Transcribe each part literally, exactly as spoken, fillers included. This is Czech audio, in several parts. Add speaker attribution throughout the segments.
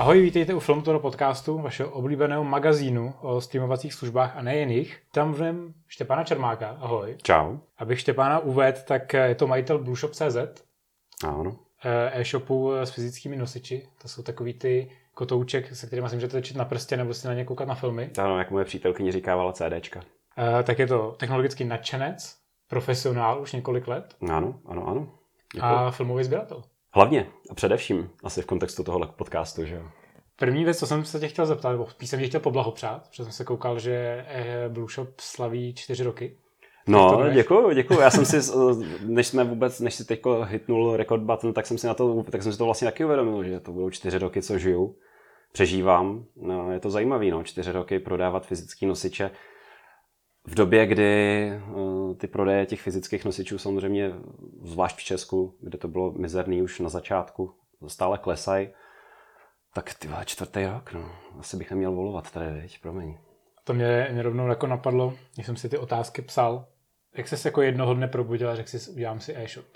Speaker 1: Ahoj, vítejte u Filmtoro podcastu, vašeho oblíbeného magazínu o streamovacích službách a nejen jich. Tam v něm Štěpána Čermáka, ahoj.
Speaker 2: Čau.
Speaker 1: Abych Štěpána uvedl, tak je to majitel blueshop tečka cé zet.
Speaker 2: Ano.
Speaker 1: E-shopu s fyzickými nosiči. To jsou takový ty kotouček, se kterými si můžete točit na prstě nebo si na ně koukat na filmy.
Speaker 2: Ano, jak moje přítelkyně říkávala CDčka.
Speaker 1: E, tak je to technologický nadšenec, profesionál už několik let.
Speaker 2: Ano, ano, ano. Děkuji.
Speaker 1: A filmový sběratel.
Speaker 2: Hlavně a především, asi v kontextu tohohle podcastu, že jo.
Speaker 1: První věc, co jsem se tě chtěl zeptat, nebo spíš jsem tě chtěl poblahopřát, protože jsem se koukal, že Blueshop slaví čtyři roky.
Speaker 2: No, děkuju, děkuju. Já jsem si, než jsme vůbec, než si teďko hitnul record button, tak jsem si na to, tak jsem si to vlastně taky uvědomil, že to budou čtyři roky, co žiju, přežívám. No, je to zajímavý, no, čtyři roky prodávat fyzické nosiče. V době, kdy uh, ty prodeje těch fyzických nosičů samozřejmě, zvlášť v Česku, kde to bylo mizerný už na začátku, stále klesají, tak ty vole, čtvrtý rok, no. Asi bych neměl volovat tady, viď, promiň.
Speaker 1: To mě, mě rovnou jako napadlo, když jsem si ty otázky psal. Jak ses jako jednoho dne probudil a řekl si, udělám si e-shop?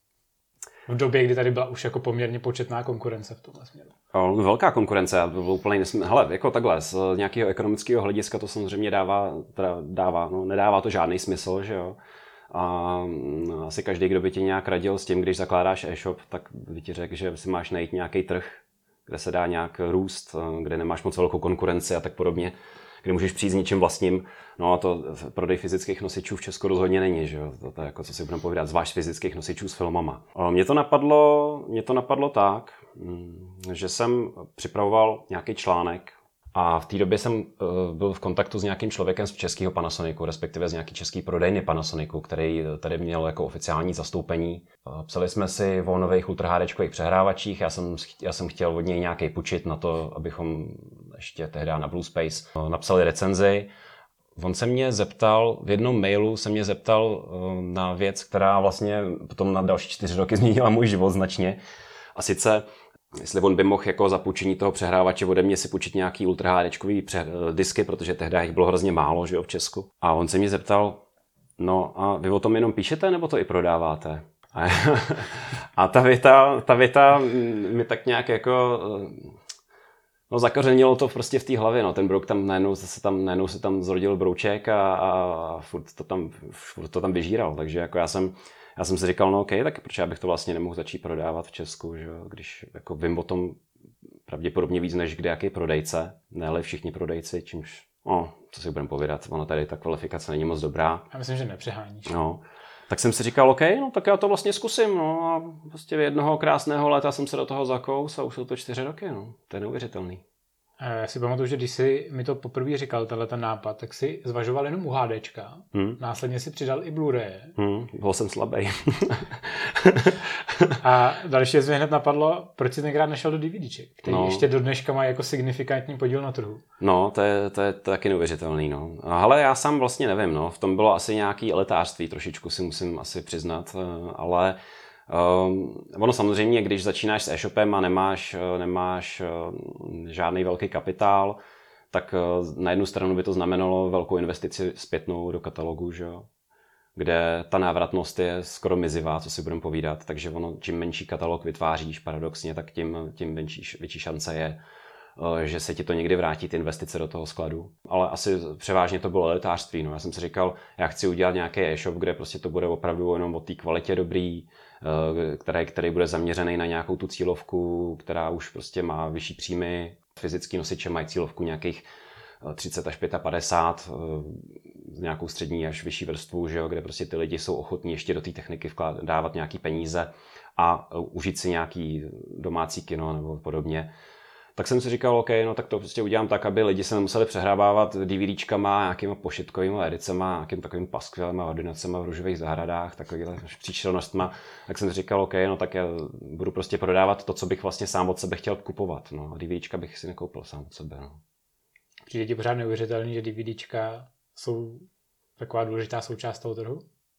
Speaker 1: V době, kdy tady byla už jako poměrně početná konkurence v tomhle směru.
Speaker 2: O, velká konkurence, to bylo úplně nesmysl. Hele, jako takhle, z nějakého ekonomického hlediska to samozřejmě dává, teda dává, no, nedává to žádný smysl, že jo. A no, asi každý, kdo by ti nějak radil s tím, když zakládáš e-shop, tak by ti řekl, že si máš najít nějaký trh, kde se dá nějak růst, kde nemáš moc velkou konkurenci a tak podobně, kde můžeš přijít s něčím vlastním. No a to prodej fyzických nosičů v Česku rozhodně není, že jo? To, to je jako, co si budeme povídat, zvlášť fyzických nosičů s filmama. Mě to napadlo, mě to napadlo tak, že jsem připravoval nějaký článek a v té době jsem byl v kontaktu s nějakým člověkem z českého Panasonicu, respektive z nějaký český prodejny Panasonicu, který tady měl jako oficiální zastoupení. Psali jsme si o nových ultrahdečkových přehrávačích, já jsem, já jsem chtěl od něj nějaký půjčit na to, abychom ještě tehdy na Blue Space napsali recenzi. On se mě zeptal, v jednom mailu se mě zeptal na věc, která vlastně potom na další čtyři roky změnila můj život značně. A sice, jestli on by mohl jako za půjčení toho přehrávače ode mě si půjčit nějaký ultrahdečkový disky, protože tehdy jich bylo hrozně málo, že jo, v Česku. A on se mě zeptal, no a vy o tom jenom píšete, nebo to i prodáváte? A, a ta věta, ta věta mi tak nějak jako... No zakořenilo to prostě v té hlavě, no. Ten brouk tam najednou se tam, najednou se tam zrodil brouček a, a furt, to tam, furt to tam vyžíral, takže jako já jsem, já jsem si říkal, no ok, tak proč já bych to vlastně nemohl začít prodávat v Česku, že jo, když jako vím o tom pravděpodobně víc než kdejaký prodejce, ne všichni prodejci, čímž, no, co si budeme povědat, ono tady ta kvalifikace není moc dobrá.
Speaker 1: Já myslím, že nepřeháníš.
Speaker 2: No. Tak jsem si říkal, OK, no tak já to vlastně zkusím, no a prostě jednoho krásného léta jsem se do toho zakous a už jsou to čtyři roky, no. To je neuvěřitelný.
Speaker 1: Já si pamatuju, že když jsi mi to poprvé říkal, tenhle ten nápad, tak si zvažoval jenom UHDčka, hmm. následně si přidal i Blu-ray.
Speaker 2: Hmm, byl jsem slabý.
Speaker 1: A další věc mi hned napadlo, proč jsi tenkrát nešel do DVDček, který
Speaker 2: no.
Speaker 1: ještě do dneška má jako signifikantní podíl na trhu.
Speaker 2: No, to je, to je, to je taky neuvěřitelný, no. Ale já sám vlastně nevím, no. V tom bylo asi nějaký elitářství trošičku, si musím asi přiznat, ale Um, ono samozřejmě, když začínáš s e-shopem a nemáš, nemáš uh, žádný velký kapitál, tak uh, na jednu stranu by to znamenalo velkou investici zpětnou do katalogu, že jo? Kde ta návratnost je skoro mizivá, co si budeme povídat, takže ono, čím menší katalog vytváříš paradoxně, tak tím, tím větší, větší šance je, uh, že se ti to někdy vrátí, ty investice do toho skladu. Ale asi převážně to bylo elitářství, no. Já jsem si říkal, já chci udělat nějaký e-shop, kde prostě to bude opravdu jenom o té kvalitě dobrý, Který, který bude zaměřený na nějakou tu cílovku, která už prostě má vyšší příjmy. Fyzický nosiče mají cílovku nějakých třicet až padesát pět, nějakou střední až vyšší vrstvu, že jo, kde prostě ty lidi jsou ochotní ještě do té techniky vkládat, dávat nějaký peníze a užít si nějaký domácí kino nebo podobně. Tak jsem si říkal, OK, no tak to prostě udělám tak, aby lidi se nemuseli přehrábávat DVDčkama, nějakýma pošitkovýma edicema, nějakým takovým paskvilema ordinacema v růžových zahradách, takovýhle příčelnostma. Tak jsem si říkal, OK, no tak já budu prostě prodávat to, co bych vlastně sám od sebe chtěl kupovat. No, DVDčka bych si nekoupil sám od sebe. No.
Speaker 1: Přijde ti pořád neuvěřitelný, že DVDčka jsou taková důležitá součást toho trhu?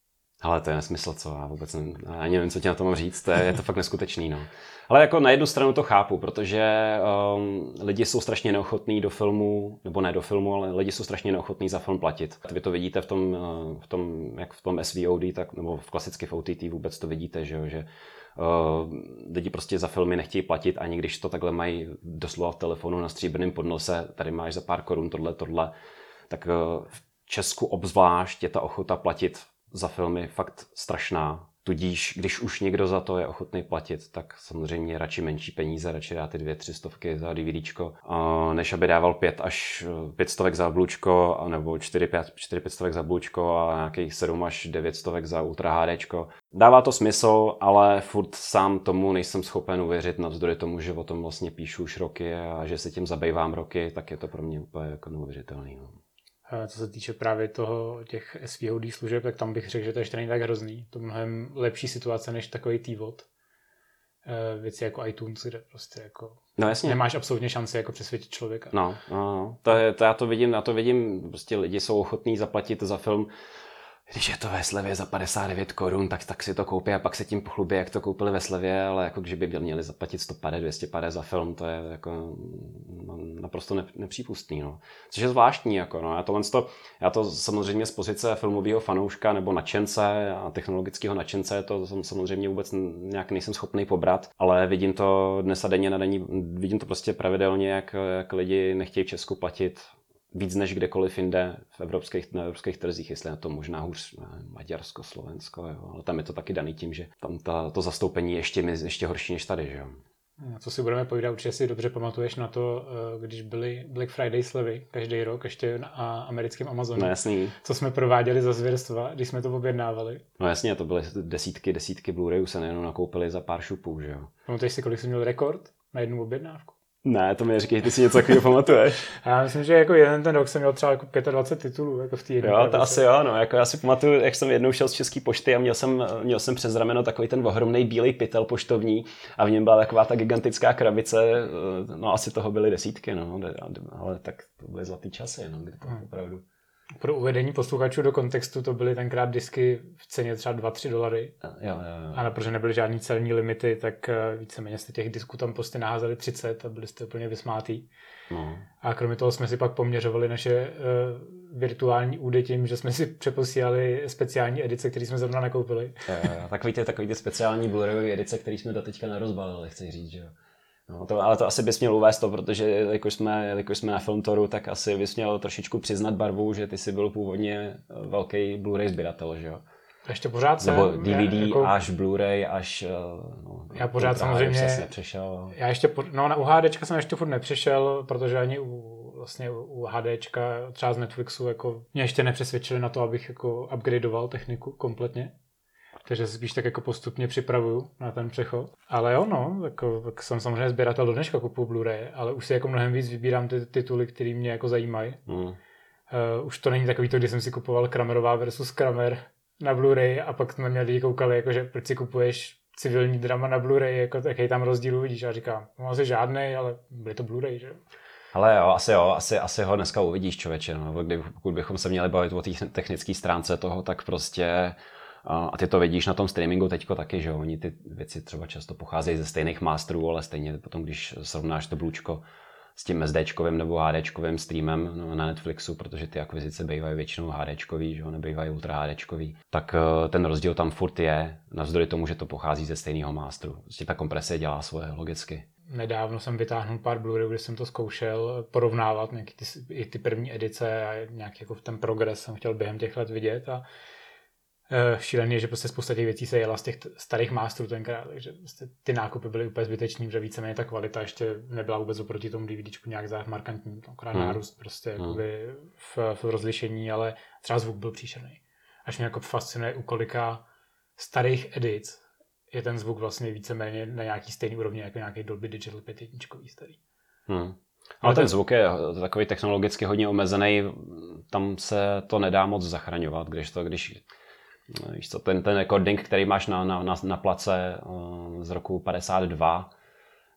Speaker 2: Ale to je nesmysl, co, já vůbec ne, já nevím, co ti na to mám říct, to je, je to fakt neskutečný, no. Ale jako na jednu stranu to chápu, protože um, lidi jsou strašně neochotní do filmu, nebo ne do filmu, ale lidi jsou strašně neochotní za film platit. Vy to vidíte v tom, v tom jak v tom S V O D, tak, nebo v klasicky v O T T vůbec to vidíte, že, že uh, lidi prostě za filmy nechtějí platit, ani když to takhle mají doslova v telefonu na stříbrném podnose, tady máš za pár korun tohle, tohle, tak uh, v Česku obzvlášť je ta ochota platit za filmy fakt strašná. Tudíž, když už někdo za to je ochotný platit, tak samozřejmě radši menší peníze, radši dá ty dvě, tři stovky za DVDčko, než aby dával pět až pět stovek za blučko, nebo čtyři, pět, čtyři, pět stovek za blučko a nějakých sedm až devět stovek za ultra HDčko. Dává to smysl, ale furt sám tomu nejsem schopen uvěřit, navzdory tomu, že o tom vlastně píšu už roky a že se tím zabývám roky, tak je to pro mě úplně jako neuvěřitelný. No.
Speaker 1: Co se týče právě toho těch S V O D služeb, tak tam bych řekl, že to ještě není tak hrozný. To je mnohem lepší situace než takový T V O D. Věci jako iTunes, kde prostě jako
Speaker 2: no, jasně.
Speaker 1: nemáš absolutně šanci jako přesvědčit člověka.
Speaker 2: No, no, no. To, je, to já to vidím, já to vidím, prostě lidi jsou ochotní zaplatit za film. Když je to ve slevě za padesát devět korun, tak, tak si to koupí a pak se tím pochlubí, jak to koupili ve slevě, ale jako když by měli zaplatit sto padesát, dvě stě padesát za film, to je jako naprosto ne, nepřípustný. No. Což je zvláštní. Jako, no. já, tohle, já to samozřejmě z pozice filmového fanouška nebo nadšence a technologického nadšence, to jsem samozřejmě vůbec nějak nejsem schopný pobrat, ale vidím to dnes a denně na denní, vidím to prostě pravidelně, jak, jak lidi nechtějí v Česku platit víc než kdekoliv jinde v evropských, na evropských trzích, jestli na to možná hůř Maďarsko, Slovensko, jo. Ale tam je to taky daný tím, že tam ta, to zastoupení je ještě, ještě horší než tady. Že jo.
Speaker 1: Co si budeme povídat, určitě si dobře pamatuješ na to, když byly Black Friday slevy každý rok, ještě na americkém Amazonu.
Speaker 2: No jasný.
Speaker 1: Co jsme prováděli za zvěrstva, když jsme to objednávali.
Speaker 2: No jasně, to byly desítky, desítky Blu-rayů se nejenom nakoupili za pár šupů, že jo.
Speaker 1: Pamatuješ si, kolik jsi měl rekord na jednu objednávku?
Speaker 2: Ne, to mi říkej, ty si něco takového pamatuješ.
Speaker 1: Já myslím, že jako jeden ten rok jsem měl třeba jako dvacet pět titulů jako v té jedné.
Speaker 2: Jo, to asi jo, no, jako já si pamatuju, jak jsem jednou šel z České pošty a měl jsem, měl jsem přes rameno takový ten ohromný bílej pytel poštovní a v něm byla taková ta gigantická krabice, no asi toho byly desítky, no, ale tak to byly zlatý časy, no, kdy to hmm. opravdu.
Speaker 1: Pro uvedení posluchačů do kontextu to byly tenkrát disky v ceně třeba dva tři dolary.
Speaker 2: Jo, jo, jo.
Speaker 1: A protože nebyly žádný celní limity, tak víceméně jste těch disků tam prostě naházeli třicet a byli jste úplně vysmátý. No. A kromě toho jsme si pak poměřovali naše uh, virtuální údy tím, že jsme si přeposílali speciální edice, které jsme zrovna nakoupili.
Speaker 2: Jo, jo, takový ty, takový ty speciální Blu-rayové edice, které jsme doteďka nerozbalili, chci říct, že jo. No, to, ale to asi bys měl uvést to, protože jakož jsme, jakož jsme na Filmtoru, tak asi bys měl trošičku přiznat barvu, že ty jsi byl původně velký Blu-ray sběratel, že jo?
Speaker 1: Ještě pořád jsem.
Speaker 2: Nebo D V D
Speaker 1: já, jako,
Speaker 2: až Blu-ray, až... No,
Speaker 1: já pořád samozřejmě...
Speaker 2: Nepřešel.
Speaker 1: Já ještě, no na u HDčka jsem ještě furt nepřišel, protože ani u, vlastně u HDčka třeba z Netflixu jako mě ještě nepřesvědčili na to, abych jako upgradeoval techniku kompletně. Takže se spíš tak jako postupně připravuju na ten přechod. Ale jo, no, jako, tak jsem samozřejmě sběratel do dneška, kupuju Blu-ray, ale už si jako mnohem víc vybírám ty tituly, které mě jako zajímají. Mm. Uh, už to není takový to, kdy jsem si kupoval Kramerová versus Kramer na Blu-ray a pak jsme mě lidi koukali, jako, že proč si kupuješ civilní drama na Blu-ray, jako, jaký tam rozdíl uvidíš. A říkám, no asi žádnej, ale byly to Blu-ray, že jo.
Speaker 2: Ale jo, asi jo, asi, asi ho dneska uvidíš, člověče, no. Kdy, pokud bychom se měli bavit o té technické stránce toho, tak prostě... A ty to vidíš na tom streamingu teďko taky, že oni ty věci třeba často pocházejí ze stejných masterů, ale stejně potom, když srovnáš to blůčko s tím SDčkovým nebo HDčkovým streamem na Netflixu, protože ty akvizice bývají většinou HDčkový, že nebývají ultra HDčkový, tak ten rozdíl tam furt je, navzdory tomu, že to pochází ze stejného masteru. Prostě ta komprese dělá svoje logicky.
Speaker 1: Nedávno jsem vytáhnul pár Blu-rayů, kde jsem to zkoušel porovnávat, nějaký ty, i ty první edice a nějaký jako ten progres jsem chtěl během těch let vidět a šílený je, že prostě spousta těch věcí se jela z těch starých masterů tenkrát, takže prostě ty nákupy byly úplně zbytečný, protože víceméně ta kvalita ještě nebyla vůbec oproti tomu DVDčku nějak záh markantní, akorát hmm. nárůst prostě hmm. jakoby v, v rozlišení, ale třeba zvuk byl příšerný. Až mě jako fascinuje, u kolika starých edic je ten zvuk vlastně víceméně na nějaký stejný úrovni jako nějaký Dolby Digital pět jedna starý. Hmm.
Speaker 2: Ale ten zvuk je takový technologicky hodně omezený, tam se to nedá moc zachraňovat, když to, když víš co, ten, ten recording, který máš na, na, na, na place uh, z roku padesát dva,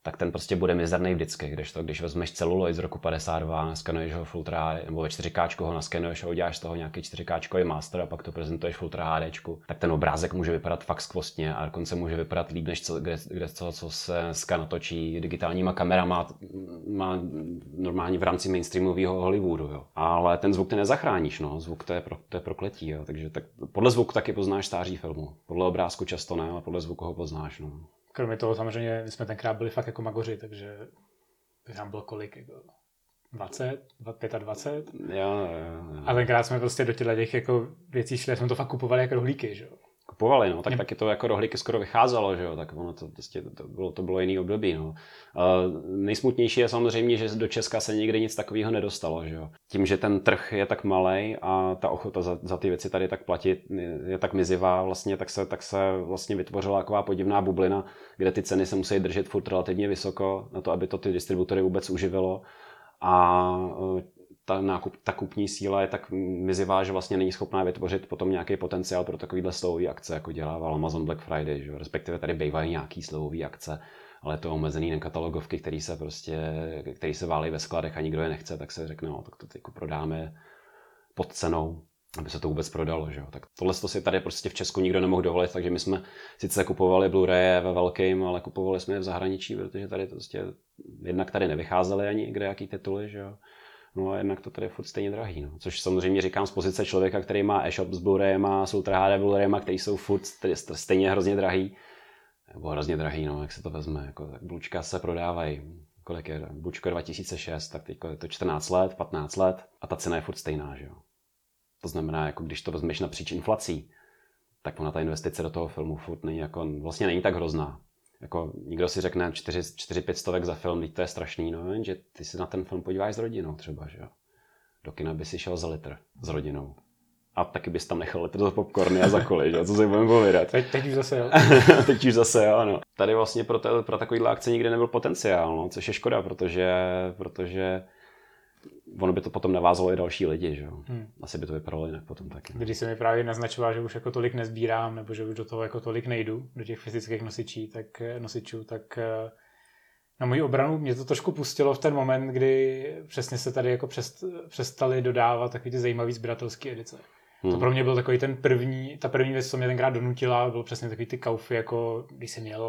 Speaker 2: tak ten prostě bude mizerný vždycky, když to, když vezmeš celuloid z roku padesát dva, naskenuješ ho v Ultra H D, nebo ve čtyři ká ho naskenuješ a uděláš z toho nějaký čtyři ká master a pak to prezentuješ v Ultra H D, tak ten obrázek může vypadat fakt skvostně a dokonce může vypadat líp, než co, kde, kde co, co se dneska natočí digitálníma kamerama, má normálně v rámci mainstreamového Hollywoodu, jo. Ale ten zvuk ty nezachráníš, no, zvuk to je, pro, to je prokletí, jo. Takže tak, podle zvuku taky poznáš stáří filmu, podle obrázku často ne, ale podle zvuku ho poznáš, no.
Speaker 1: Kromě toho samozřejmě, my jsme tenkrát byli fakt jako magoři, takže tam bylo kolik, jako dvacet, dvacet pět.
Speaker 2: Jo, jo, jo.
Speaker 1: A tenkrát jsme prostě do těchto těch jako věcí šli, jsme to fakt kupovali jako rohlíky, že jo.
Speaker 2: Kupovali, no, tak Mě... taky to jako rohlíky skoro vycházelo, že jo, tak ono to, prostě, to, bylo, to bylo jiný období, no. Uh, nejsmutnější je samozřejmě, že do Česka se nikdy nic takového nedostalo, že jo. Tím, že ten trh je tak malej a ta ochota za, za ty věci tady tak platit je, je tak mizivá vlastně, tak se, tak se vlastně vytvořila taková podivná bublina, kde ty ceny se musí držet furt relativně vysoko na to, aby to ty distributory vůbec uživilo. A uh, ta, nákup, ta kupní síla je tak mizivá, že vlastně není schopná vytvořit potom nějaký potenciál pro takovýhle slevové akce, jako dělával Amazon Black Friday, že? Respektive tady bývají nějaký slevové akce, ale to omezený na katalogovky, který se prostě, který se válí ve skladech a nikdo je nechce, tak se řekne, no, tak to teď prodáme pod cenou, aby se to vůbec prodalo, že? Tak tohle si tady prostě v Česku nikdo nemohl dovolit, takže my jsme sice kupovali Blu-ray ve velkým, ale kupovali jsme je v zahraničí, protože tady to prostě jednak tady nevycházely ani kde jaký tituly, že jo. No a jednak to tady je furt stejně drahý, no. Což samozřejmě říkám z pozice člověka, který má e-shop s Blu-rayem, s Ultra H D Blu-rayem, který jsou furt stejně hrozně drahý. Nebo hrozně drahý, no, jak se to vezme. Jako, tak Blučka se prodávají. Kolik je? Blučko dva tisíce šest, tak teď je to čtrnáct let, patnáct let a ta cena je furt stejná, že jo. To znamená, jako když to vezmeš napříč inflací, tak ona ta investice do toho filmu furt není, jako, vlastně není tak hrozná. Jako nikdo si řekne čtyři pět stovek za film, teď to je strašný, no jenže ty si na ten film podíváš s rodinou třeba, že jo. Do kina by si šel za litr s rodinou. A taky bys tam nechal litr za popcorny a za koly, že jo, co si budeme povídat.
Speaker 1: Teď, teď už zase jo.
Speaker 2: teď už zase jo, no. Tady vlastně pro, te, pro takovýhle akce nikdy nebyl potenciál, no, což je škoda, protože, protože ono by to potom navázalo i další lidi, že jo. Hmm. Asi by to vypadalo jinak potom taky.
Speaker 1: Když se mi právě naznačoval, že už jako tolik nezbírám, nebo že už do toho jako tolik nejdu, do těch fyzických nosičí, tak, nosičů, tak na moji obranu mě to trošku pustilo v ten moment, kdy přesně se tady jako přest, přestali dodávat takový ty zajímavý sběratelské edice. Hmm. To pro mě byl takový ten první, ta první věc, co mě tenkrát donutila, byl přesně takový ty kaufy, jako když jsem měl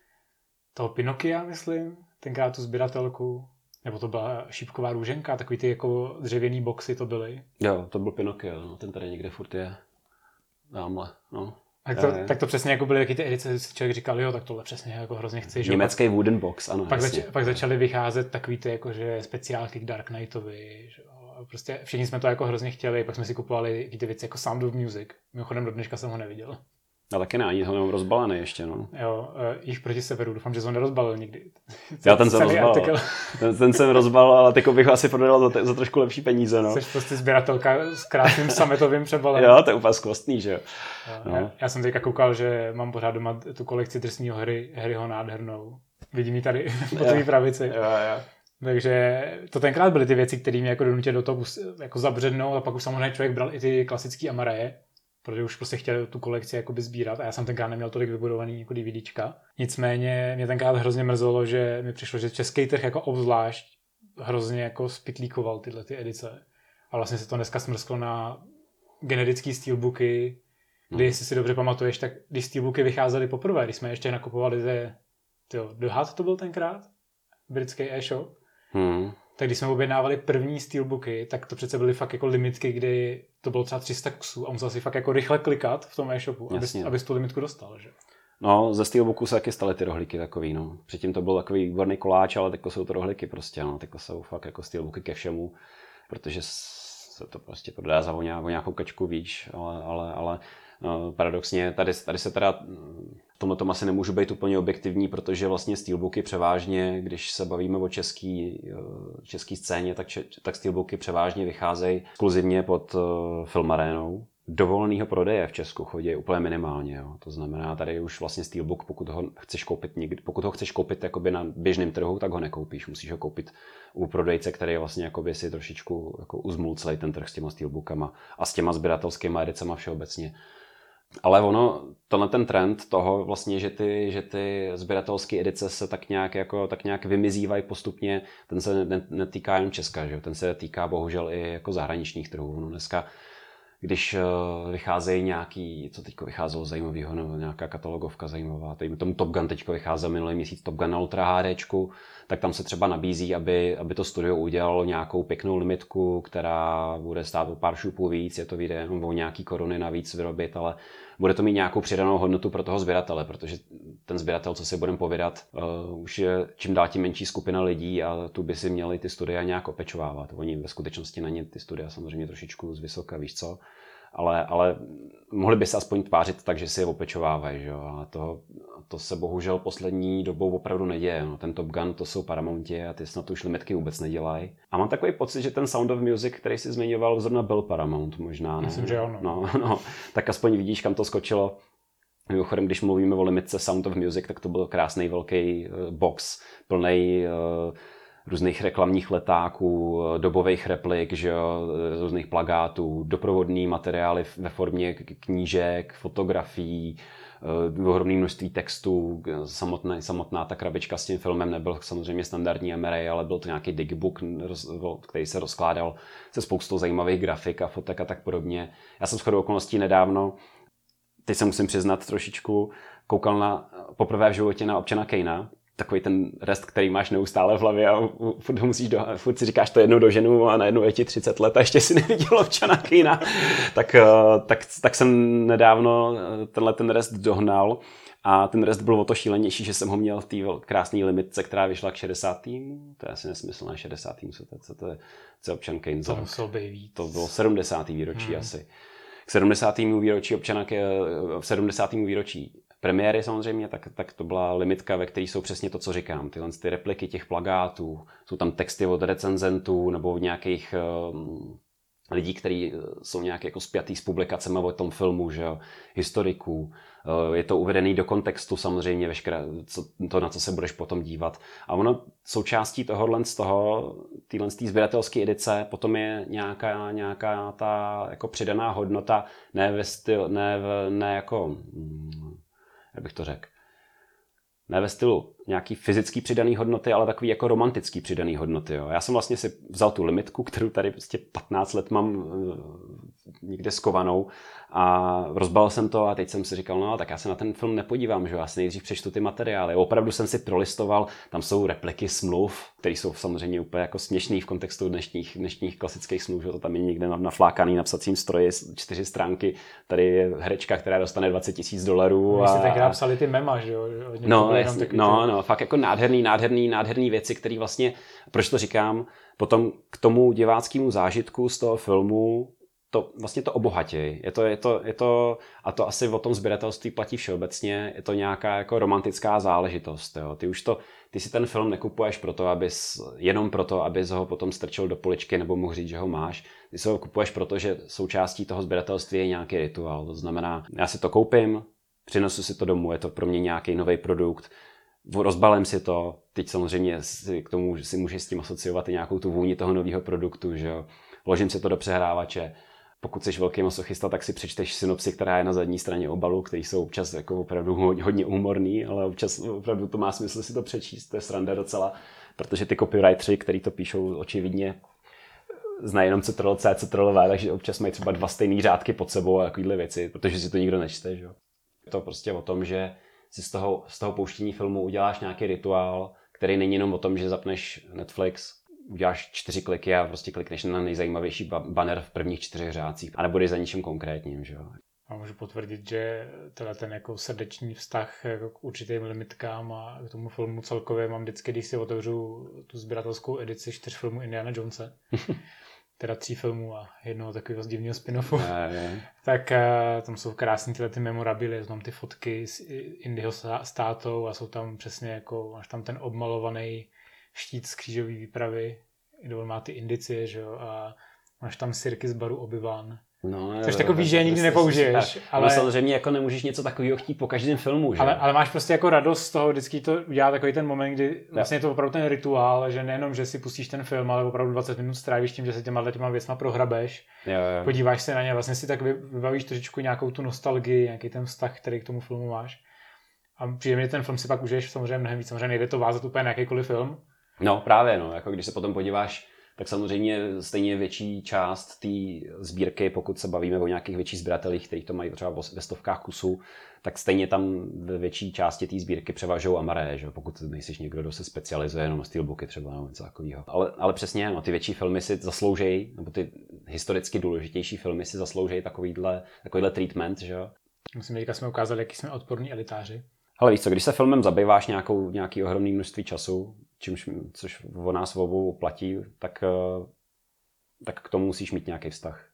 Speaker 1: toho Pinokia, myslím, tenkrát tu sběratelku. Nebo to byla šípková růženka, takový ty jako dřevěný boxy to byly.
Speaker 2: Jo, to byl Pinocchio, no, ten tady někde furt je. Dámhle, no.
Speaker 1: Tak to, tak to přesně jako byly taky ty edice, si člověk říkal, jo, tak tohle přesně jako hrozně chci. Že?
Speaker 2: Německý wooden box, ano.
Speaker 1: Pak, zač- pak začaly vycházet takový ty jakože speciálky k Dark Knightovi, že? A prostě všichni jsme to jako hrozně chtěli, pak jsme si kupovali ty věci jako Sound of Music. Mimochodem do dneška jsem ho neviděl.
Speaker 2: A taky ne, ani ho nemám rozbalený ještě, no.
Speaker 1: Jo, uh, jich proti severu, doufám, že jsi ho nerozbalil nikdy.
Speaker 2: Já ten jsem rozbalil. Ten, ten jsem rozbalil, ale teď bych ho asi prodal za, te, za trošku lepší peníze, no.
Speaker 1: Jsi prostě sběratelka s krásným sametovým přebalem.
Speaker 2: Jo, to je úplně skvostný, že jo.
Speaker 1: No. Já, já jsem teďka koukal, že mám pořád doma tu kolekci drsného hry, Harryho nádhernou. Vidím ji tady po tvý pravici.
Speaker 2: Jo, jo.
Speaker 1: Takže to tenkrát byly ty věci, které mě jako donutily do toho jako zabřednout a pak už samozřejmě člověk bral i ty klasické Amaraje, protože už prostě chtěl tu kolekci jakoby sbírat a já jsem tenkrát neměl tolik vybudovaný jako DVDčka. Nicméně mě tenkrát hrozně mrzelo, že mi přišlo, že český trh jako obzvlášť hrozně jako spitlíkoval tyhle ty edice. A vlastně se to dneska smrsklo na generický steelbooky, kdy, hmm. jestli si dobře pamatuješ, tak když steelbooky vycházely poprvé, když jsme ještě nakupovali ze tyjo, The Hut to byl tenkrát, britský e-shop,
Speaker 2: hmm.
Speaker 1: tak když jsme objednávali první steelbooky, tak to přece byly fakt jako limitky, kdy to bylo třeba tři sta kusů a musel si fakt jako rychle klikat v tom e-shopu, abys, abys tu limitku dostal, že?
Speaker 2: No, ze steelbooku se taky staly ty rohlíky takový, no. Předtím to byl takový výborný koláč, ale teďko jsou to rohlíky prostě, no. Teďko jsou fakt jako steelbooky ke všemu, protože se to prostě prodá za o nějakou kačku, víš, ale, ale, ale no, paradoxně tady, tady se teda v tomhle tom asi nemůžu být úplně objektivní, protože vlastně steelbooky převážně, když se bavíme o český, český scéně, tak, tak steelbooky převážně vycházejí exkluzivně pod Filmarénou. Dovoleného prodeje v Česku chodí úplně minimálně. Jo. To znamená, tady už vlastně steelbook, pokud ho chceš koupit někdy, pokud ho chceš koupit jakoby na běžném trhu, tak ho nekoupíš. Musíš ho koupit u prodejce, který vlastně jakoby si trošičku jako uzmul celý ten trh s těma steelbookama a s těma sběratelskými edicema všeobecně. Ale ono, tenhle ten trend toho vlastně, že ty, že ty sběratelské edice se tak nějak, jako, tak nějak vymizívají postupně, ten se netýká jen Česka, že? Ten se týká bohužel i jako zahraničních trhů. No dneska, když vycházejí nějaký, co teďko vycházelo zajímavého, nebo nějaká katalogovka zajímavá, tady tomu Top Gun teďko vycházel minulý měsíc Top Gun na Ultra HDčku, tak tam se třeba nabízí, aby, aby to studio udělalo nějakou pěknou limitku, která bude stát o pár šupů víc, je to vyjde jenom o nějaký koruny navíc vyrobit, ale bude to mít nějakou přidanou hodnotu pro toho sběratele, protože ten sběratel, co si budeme povídat, uh, už je čím dál tím menší skupina lidí a tu by si měli ty studia nějak opečovávat. Oni ve skutečnosti na ně ty studia samozřejmě trošičku zvysoka, víš co, ale, ale mohli by se aspoň tvářit tak, že si je opečovávají, že jo, ale to, to se bohužel poslední dobou opravdu neděje. No, ten Top Gun, to jsou Paramounti a ty snad už limitky vůbec nedělají. A mám takový pocit, že ten Sound of Music, který jsi zmiňoval, zrovna byl Paramount možná. Ne?
Speaker 1: Myslím, že ano.
Speaker 2: No, no, tak aspoň vidíš, kam to skočilo. Mimochodem, když mluvíme o limitce Sound of Music, tak to byl krásný velký box, plný uh, různých reklamních letáků, dobových replik, že jo, různých plakátů, doprovodný materiály ve formě knížek, fotografií, ohromné množství textů. Samotná, samotná ta krabička s tím filmem nebyl samozřejmě standardní M R A, ale byl to nějaký digbook, který se rozkládal se spoustou zajímavých grafik a fotek a tak podobně. Já jsem shodou okolností nedávno, teď se musím přiznat trošičku, koukal na poprvé v životě na Občana Kejna, takový ten rest, který máš neustále v hlavě a furt, musíš do, furt si říkáš to jednou do ženu a najednou je ti třicet let a ještě si neviděl Občana Kejna. tak, tak, tak jsem nedávno tenhle ten rest dohnal a ten rest byl o to šílenější, že jsem ho měl v té krásné limitce, která vyšla k šedesátým To je asi nesmysl, na šedesátým Co to, co to je, co je Občan Kejn?
Speaker 1: To musel být víc.
Speaker 2: To bylo sedmdesátý výročí hmm. asi. K sedmdesátému výročí Občana sedmdesátému výročí premiéry samozřejmě, tak, tak to byla limitka, ve které jsou přesně to, co říkám. Tyhle ty repliky těch plakátů, jsou tam texty od recenzentů nebo od nějakých um, lidí, kteří jsou nějak jako spjatý s publikacemi o tom filmu, že jo, historiků. Uh, je to uvedený do kontextu samozřejmě, veškeré, co, to, na co se budeš potom dívat. A ono součástí tohohle z toho, téhle z té sběratelské edice, potom je nějaká, nějaká ta jako přidaná hodnota, ne ve styl, ne, v, ne jako... Hmm, jak bych to řekl, ne ve stylu nějaký fyzický přidaný hodnoty, ale takový jako romantický přidaný hodnoty. Jo. Já jsem vlastně si vzal tu limitku, kterou tady prostě patnáct let mám uh, někde skovanou a rozbalil jsem to a teď jsem si říkal, no tak já se na ten film nepodívám, že já si nejdřív přečtu ty materiály. Opravdu jsem si prolistoval, tam jsou repliky smluv, které jsou samozřejmě úplně jako směšný v kontextu dnešních, dnešních klasických smluv, že to tam je někde naflákaný na psacím stroji čtyři stránky, tady je herečka, která dostane dvacet tisíc dolarů.
Speaker 1: My si tenkrát psali ty mema, že jo?
Speaker 2: No, jasný, no, no, fakt jako nádherný, nádherný, nádherný věci, které vlastně, proč to říkám, potom k tomu diváckému zážitku z toho filmu to vlastně to obohatí. Je to, je to, je to, a to asi o tom sběratelství platí všeobecně, je to nějaká jako romantická záležitost. Jo. Ty už to, ty si ten film nekupuješ proto, abys, jenom proto, abys ho potom strčil do poličky nebo mohl říct, že ho máš. Ty si ho kupuješ proto, že součástí toho sběratelství je nějaký rituál. To znamená, já si to koupím, přinesu si to domů, je to pro mě nějaký nový produkt, rozbalím si to, teď samozřejmě si k tomu si můžeš s tím asociovat i nějakou tu vůni toho nového produktu, že jo. Vložím si to do přehrávače. Pokud jsi velký masochista, tak si přečteš synopsi, která je na zadní straně obalu, který jsou občas jako opravdu hodně humorný, ale občas opravdu to má smysl si to přečíst, to je sranda docela, protože ty copywriteri, kteří to píšou, očividně znají jenom Ctrl C, Ctrl V, takže občas mají třeba dva stejný řádky pod sebou a takovýhle věci, protože si to nikdo nečte, že jo. Je to prostě o tom, že si z toho, z toho pouštění filmu uděláš nějaký rituál, který není jenom o tom, že zapneš Netflix, uděláš čtyři kliky a prostě klikneš na nejzajímavější banner v prvních čtyřech řádcích a nebudeš za ničím konkrétním, že jo.
Speaker 1: A můžu potvrdit, že tenhle ten jako srdeční vztah jako k určitým limitkám a k tomu filmu celkově mám vždycky, když si otevřu tu sběratelskou edici čtyř filmů Indiana Jonese, teda tří filmů a jednoho takového z divného spin-offu,
Speaker 2: je, je.
Speaker 1: tak uh, tam jsou krásný tyhle ty memorabilie, jsou tam ty fotky s Indyho s tátou a jsou tam přesně jako, máš tam ten obmalovaný štít z křížové výpravy, kde on má ty indicie, že jo, a máš tam sirky z baru Obi-Wan.
Speaker 2: No,
Speaker 1: což takový víš, že nikdy nepoužiješ.
Speaker 2: Ale no, samozřejmě jako nemůžeš něco takového chtít po každém filmu, že?
Speaker 1: Ale, ale máš prostě jako radost z toho, vždycky to udělá takový ten moment, kdy vlastně je to opravdu ten rituál, že nejenom, že si pustíš ten film, ale opravdu dvacet minut strávíš tím, že si těma těma věcma prohrabeš.
Speaker 2: Jo, jo.
Speaker 1: Podíváš se na ně, vlastně si tak vybavíš trošičku nějakou tu nostalgii, nějaký ten vztah, který k tomu filmu máš. A přijde mi, ten film si pak užiješ samozřejmě mnohem víc. Samozřejmě nejde to vázat úplně na jakýkoliv film.
Speaker 2: No právě, no, jako když se potom podíváš, tak samozřejmě stejně větší část té sbírky, pokud se bavíme o nějakých větších sběratelích, kteří to mají třeba ve stovkách kusů, tak stejně tam ve větší části té sbírky převažují amaré, že? Pokud nejsi někdo, kdo se specializuje jenom na steelbooky třeba nebo něco takového. Ale, ale přesně, no, ty větší filmy si zasloužejí, nebo ty historicky důležitější filmy si zasloužejí takovýhle, takovýhle treatment, že jo?
Speaker 1: Musím říct, jsme ukázali, jaký jsme odporní elitáři.
Speaker 2: Ale víš co, když se filmem zabýváš nějakou, nějaký ohromný množství času, čímž, což o nás obou platí, tak, tak k tomu musíš mít nějaký vztah.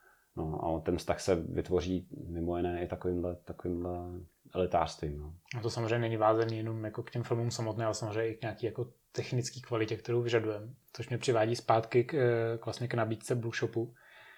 Speaker 2: No, a ten vztah se vytvoří mimo jiné i takovýmhle, takovýmhle elitářstvím. No.
Speaker 1: A to samozřejmě není vázaný jenom jako k těm filmům samotné, ale samozřejmě i k nějaký jako technické kvalitě, kterou vyžadujeme. Což mě přivádí zpátky k, k, vlastně k nabídce Blue Shopu.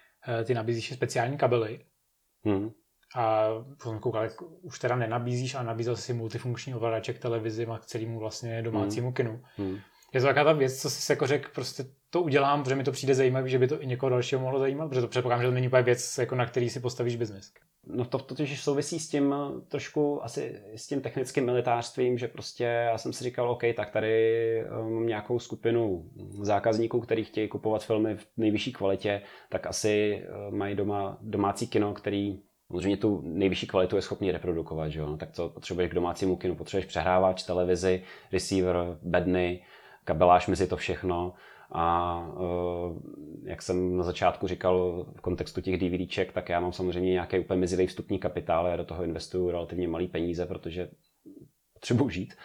Speaker 1: Ty nabízíš speciální kabely. Hmm. A potom koukal, už teda nenabízíš, a nabízel si multifunkční ovladače k televizi a k celému vlastně domácímu hmm. kinu. Hmm. Je to taková ta věc, co jsi jako řekl, prostě to udělám, protože mi to přijde zajímavé, že by to i někoho dalšího mohlo zajímat, protože to předpokládám, že to není úplně věc, jako na který si postavíš biznis.
Speaker 2: No to totiž souvisí s tím trošku asi s tím technickým militářstvím, že prostě já jsem si říkal, OK, tak tady mám nějakou skupinu zákazníků, kteří chtějí kupovat filmy v nejvyšší kvalitě, tak asi mají doma domácí kino, který samozřejmě tu nejvyšší kvalitu je schopný reprodukovat, že jo? No, tak co potřebuješ k domácímu kinu? Potřebuješ přehrávač, televizi, receiver, bedny, kabeláž mezi to všechno. A uh, jak jsem na začátku říkal v kontextu těch DVDček, tak já mám samozřejmě nějaký úplně mizivý vstupní kapitál, já do toho investuju relativně malý peníze, protože potřebuji žít.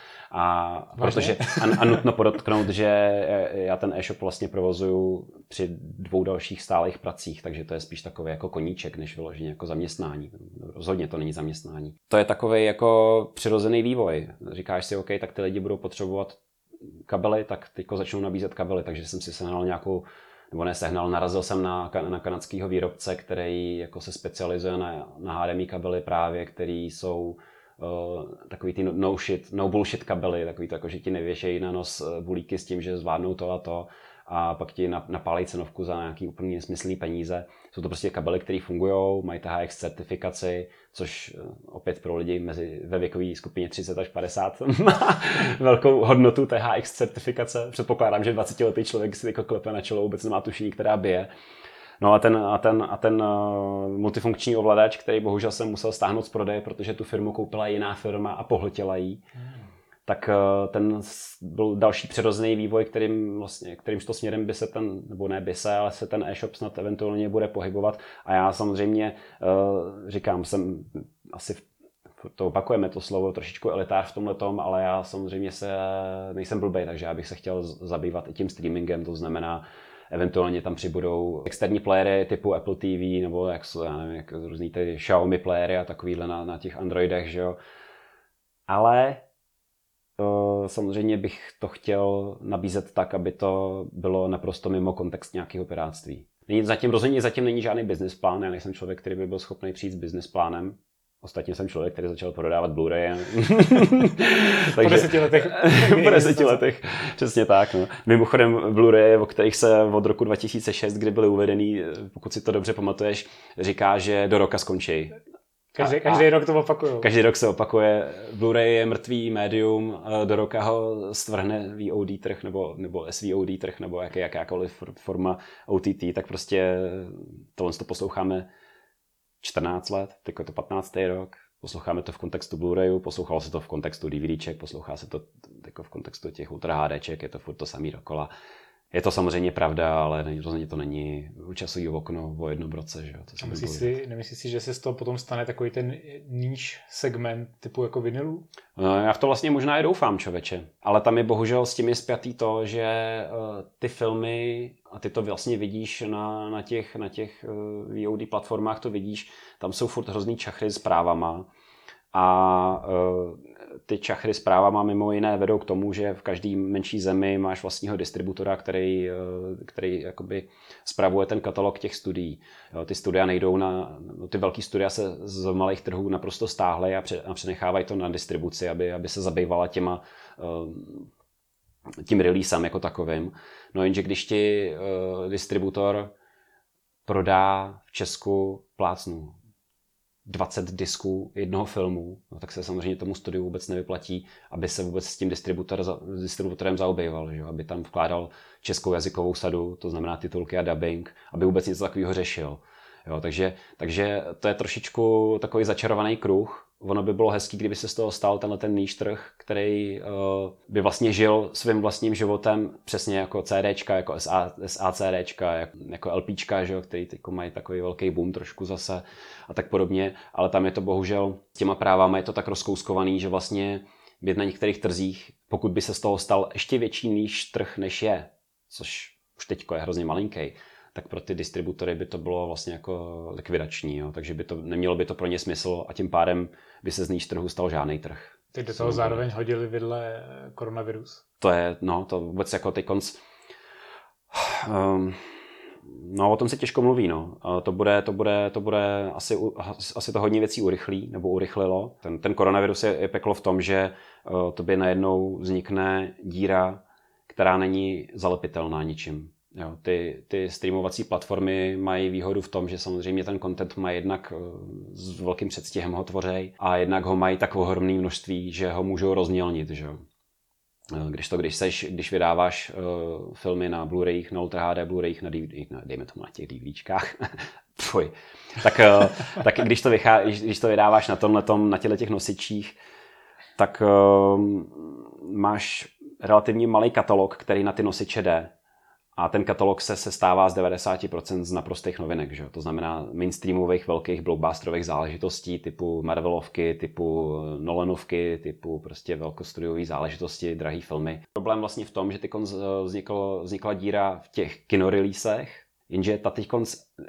Speaker 2: A, protože, a, a nutno podotknout, že já ten e-shop vlastně provozuju při dvou dalších stálých pracích, takže to je spíš takový jako koníček, než vyloženě jako zaměstnání. Rozhodně to není zaměstnání. To je takový jako přirozený vývoj. Říkáš si, OK, tak ty lidi budou potřebovat kabely, tak teďko začnou nabízet kabely, takže jsem si sehnal nějakou, nebo ne sehnal, narazil jsem na, na kanadského výrobce, který jako se specializuje na, na H D M I kabely právě, který jsou uh, takový ty no shit, no bullshit kabely, takový to jako, že ti nevěšejí na nos bulíky s tím, že zvládnou to a to a pak ti napálej cenovku za nějaký úplně nesmyslný peníze. Jsou to prostě kabely, které fungují, mají T H X certifikaci, což opět pro lidi mezi, ve věkové skupině třicet až padesát má velkou hodnotu T H X certifikace. Předpokládám, že dvacetiletý člověk si jako klepe na čelo, vůbec nemá tušení, která bije. No a ten, a ten, a ten uh, multifunkční ovladač, který bohužel jsem musel stáhnout z prodeje, protože tu firmu koupila jiná firma a pohltila jí. Hmm. Tak ten byl další přirozený vývoj, kterým vlastně, kterým to směrem by se ten, nebo ne by se, ale se ten e-shop snad eventuálně bude pohybovat. A já samozřejmě říkám, jsem asi, to opakujeme to slovo, trošičku elitář v tomhletom, ale já samozřejmě se nejsem blbej, takže já bych se chtěl zabývat i tím streamingem, to znamená, eventuálně tam přibudou externí playery typu Apple T V, nebo jak, já nevím, jak různý ty Xiaomi playery a takovýhle na, na těch Androidech, že jo. Ale samozřejmě bych to chtěl nabízet tak, aby to bylo naprosto mimo kontext nějakého pirátství. Zatím rozhodně zatím není žádný business plán, já nejsem člověk, který by byl schopný přijít s business plánem. Ostatně jsem člověk, který začal prodávat Blu-ray.
Speaker 1: Po deseti letech.
Speaker 2: Po deseti letech, přesně tak. No. Mimochodem Blu-ray, o kterých se od roku dva tisíce šest, kdy byly uvedený, pokud si to dobře pamatuješ, říká, že do roka skončí.
Speaker 1: Každý, každý rok to opakuje.
Speaker 2: Každý rok se opakuje. Blu-ray je mrtvý médium, do roka ho stvrhne V O D trh nebo, nebo S V O D trh nebo jaké, jakákoliv forma O T T, tak prostě tohle to posloucháme čtrnáct let, teď je to patnáctý rok, posloucháme to v kontextu Blu-rayu, poslouchalo se to v kontextu DVDček, poslouchá se to jako v kontextu těch Ultra HDček, je to furt to samý dokola. Je to samozřejmě pravda, ale rozhodně to není časový okno o jednom roce. Že? To
Speaker 1: myslíš si, nemyslíš si, že se z toho potom stane takový ten níž segment typu jako vinylů?
Speaker 2: No, já v to vlastně možná i doufám, člověče. Ale tam je bohužel s tím je spjatý to, že uh, ty filmy, a ty to vlastně vidíš na, na těch, na těch uh, V O D platformách, to vidíš, tam jsou furt hrozný čachry s právama. A ty čachry s právama mimo jiné vedou k tomu, že v každé menší zemi máš vlastního distributora, který, který jakoby spravuje ten katalog těch studií. Jo, ty studia nejdou na, ty velký studia se z malých trhů naprosto stáhly a, pře, a přenechávají to na distribuci, aby, aby se zabývala těma, tím releasem jako takovým. No jenže když ti distributor prodá v Česku plácnu dvacet disků jednoho filmu, no, tak se samozřejmě tomu studiu vůbec nevyplatí, aby se vůbec s tím distributor, distributorem zaobejval, že? Aby tam vkládal českou jazykovou sadu, to znamená titulky a dubbing, aby vůbec něco takového řešil. Jo, takže, takže to je trošičku takový začarovaný kruh. Ono by bylo hezký, kdyby se z toho stal tenhle ten níž trh, který uh, by vlastně žil svým vlastním životem, přesně jako CDčka, jako SACDčka, jako, jako LPčka, že jo, který teď mají takový velký boom trošku zase a tak podobně, ale tam je to bohužel s těma právama je to tak rozkouskovaný, že vlastně by na některých trzích, pokud by se z toho stal ještě větší níž trh, než je, což už teďko je hrozně malinký, tak pro ty distributory by to bylo vlastně jako likvidační, jo? Takže by to, nemělo by to pro ně smysl a tím pádem by se z níž trhu stal žádný trh.
Speaker 1: Teď do toho zároveň hodili vidle koronavirus.
Speaker 2: To je, no, to vůbec jako teď konc... Um, no, o tom se těžko mluví, no. To bude, to bude, to bude asi, asi to hodně věcí urychlí, nebo urychlilo. Ten, ten koronavirus je, je peklo v tom, že uh, tobě najednou vznikne díra, která není zalepitelná ničím. Jo, ty, ty streamovací platformy mají výhodu v tom, že samozřejmě ten content mají jednak s velkým předstihem ho tvořej a jednak ho mají tak ohromné množství, že ho můžou rozmělnit. Že? Když to, když seš, když vydáváš uh, filmy na Blu-rayích, na Ultra H D Blu-rayích, na D V D, na, dejme tomu na těch DVDčkách, Pfuj. tak, uh, tak když, to vychá, když, když to vydáváš na tomhletom, na těchto těch nosičích, tak uh, máš relativně malý katalog, který na ty nosiče jde. A ten katalog se sestává z devadesát procent z naprostých novinek. Že? To znamená mainstreamových velkých blockbusterových záležitostí typu Marvelovky, typu Nolanovky, typu prostě velkostudiové záležitosti, drahý filmy. Problém vlastně v tom, že teď vznikl, vznikla díra v těch kinoreleasech, jenže ta teď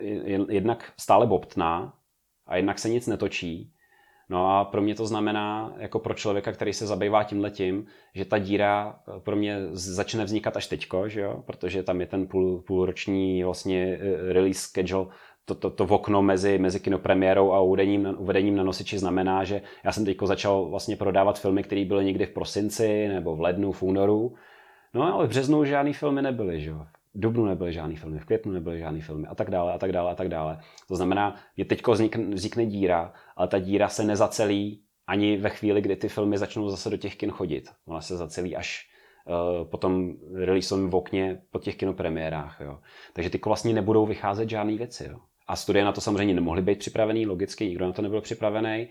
Speaker 2: jednak stále bobtná a jednak se nic netočí. No a pro mě to znamená, jako pro člověka, který se zabývá tímhletím, že ta díra pro mě začne vznikat až teďko, že jo? Protože tam je ten půl, půlroční vlastně release schedule, to, to, to okno mezi, mezi kinopremiérou a uvedením, uvedením na nosiči znamená, že já jsem teďko začal vlastně prodávat filmy, které byly někdy v prosinci nebo v lednu, v únoru. No ale v březnu žádný filmy nebyly, že jo? V dubnu nebyly žádný filmy, v květnu nebyly žádný filmy a tak dále a tak dále a tak dále. To znamená, že teďko vznikne, vznikne díra, ale ta díra se nezacelí ani ve chvíli, kdy ty filmy začnou zase do těch kin chodit. Ona se zacelí až uh, po tom releaseovém okně po těch kinopremiérách. Jo. Takže teďko vlastně nebudou vycházet žádný věci. Jo. A studie na to samozřejmě nemohly být připravený, logicky nikdo na to nebyl připravený.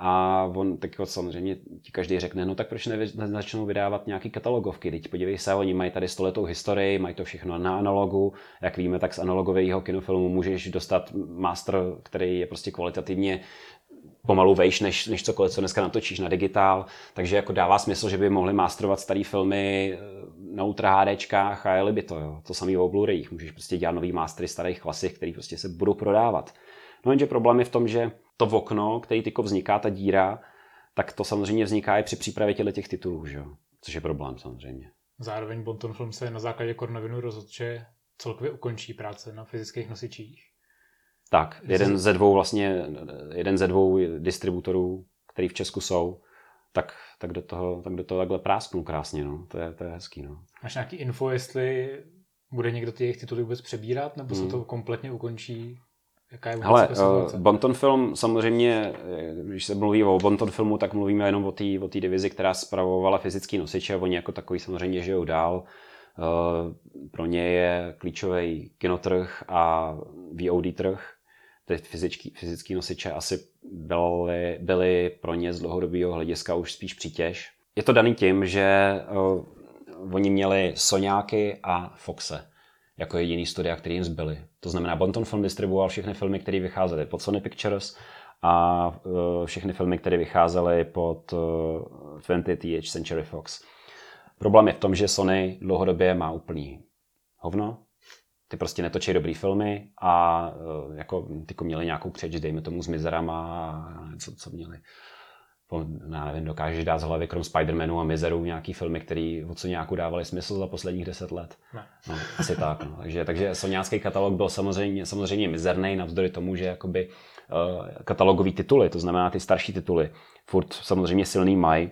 Speaker 2: A on tak samozřejmě ti každý řekne, no tak proč nezačnou vydávat nějaký katalogovky, teď podívej se, oni mají tady stoletou historii, mají to všechno na analogu, jak víme, tak z analogového kinofilmu můžeš dostat master, který je prostě kvalitativně pomalu vejš, než, než cokoliv, co dneska natočíš na digitál, takže jako dává smysl, že by mohli masterovat starý filmy na Ultra HDčkách a jeli by to, jo. To samý o Blu-rayích, můžeš prostě dělat nový mastery starých klasik, který prostě se budou prodávat. No jenže problém je v tom, že to okno, který tyko vzniká, ta díra, tak to samozřejmě vzniká i při přípravě těch titulů, že? Což je problém samozřejmě.
Speaker 1: Zároveň Bonton Film se na základě koronaviru rozhodl, že celkově ukončí práce na fyzických nosičích.
Speaker 2: Tak, jeden ze dvou vlastně, jeden ze dvou distributorů, který v Česku jsou, tak, tak, do toho, tak do toho takhle prásknou krásně, no. To je, to je hezký, no.
Speaker 1: Máš nějaký info, jestli bude někdo ty jejich tituly vůbec přebírat, nebo hmm. se to kompletně ukončí? Jaká je vůbec
Speaker 2: Hele, uh, Bonton Film samozřejmě, když se mluví o Bonton Filmu, tak mluvíme jenom o té o té divizi, která spravovala fyzický nosiče, oni jako takový samozřejmě žijou dál. Uh, pro ně je klíčový kinotrh a V O D trh. Ty fyzický, fyzický nosiče asi byly, byly pro ně z dlouhodobého hlediska už spíš přítěž. Je to daný tím, že uh, oni měli Soňáky a Foxe jako jediný studia, který jim zbyly. To znamená, Bonton Film distribuoval všechny filmy, které vycházely pod Sony Pictures a uh, všechny filmy, které vycházely pod uh, twentieth Century Fox. Problém je v tom, že Sony dlouhodobě má úplný hovno. Ty prostě netočí dobrý filmy a uh, jako tyko měli nějakou křeč, dejme tomu s Mizerama a něco, co měli. já nevím, dokážeš dát z hlavy krom Spider-Manu a Mizeru nějaký filmy, který od Soňáku dávali smysl za posledních deset let.
Speaker 1: Ne.
Speaker 2: No, asi tak. No. Takže, takže Soňácký katalog byl samozřejmě, samozřejmě mizerný, navzdory tomu, že jakoby uh, katalogový tituly, to znamená ty starší tituly, furt samozřejmě silný mají,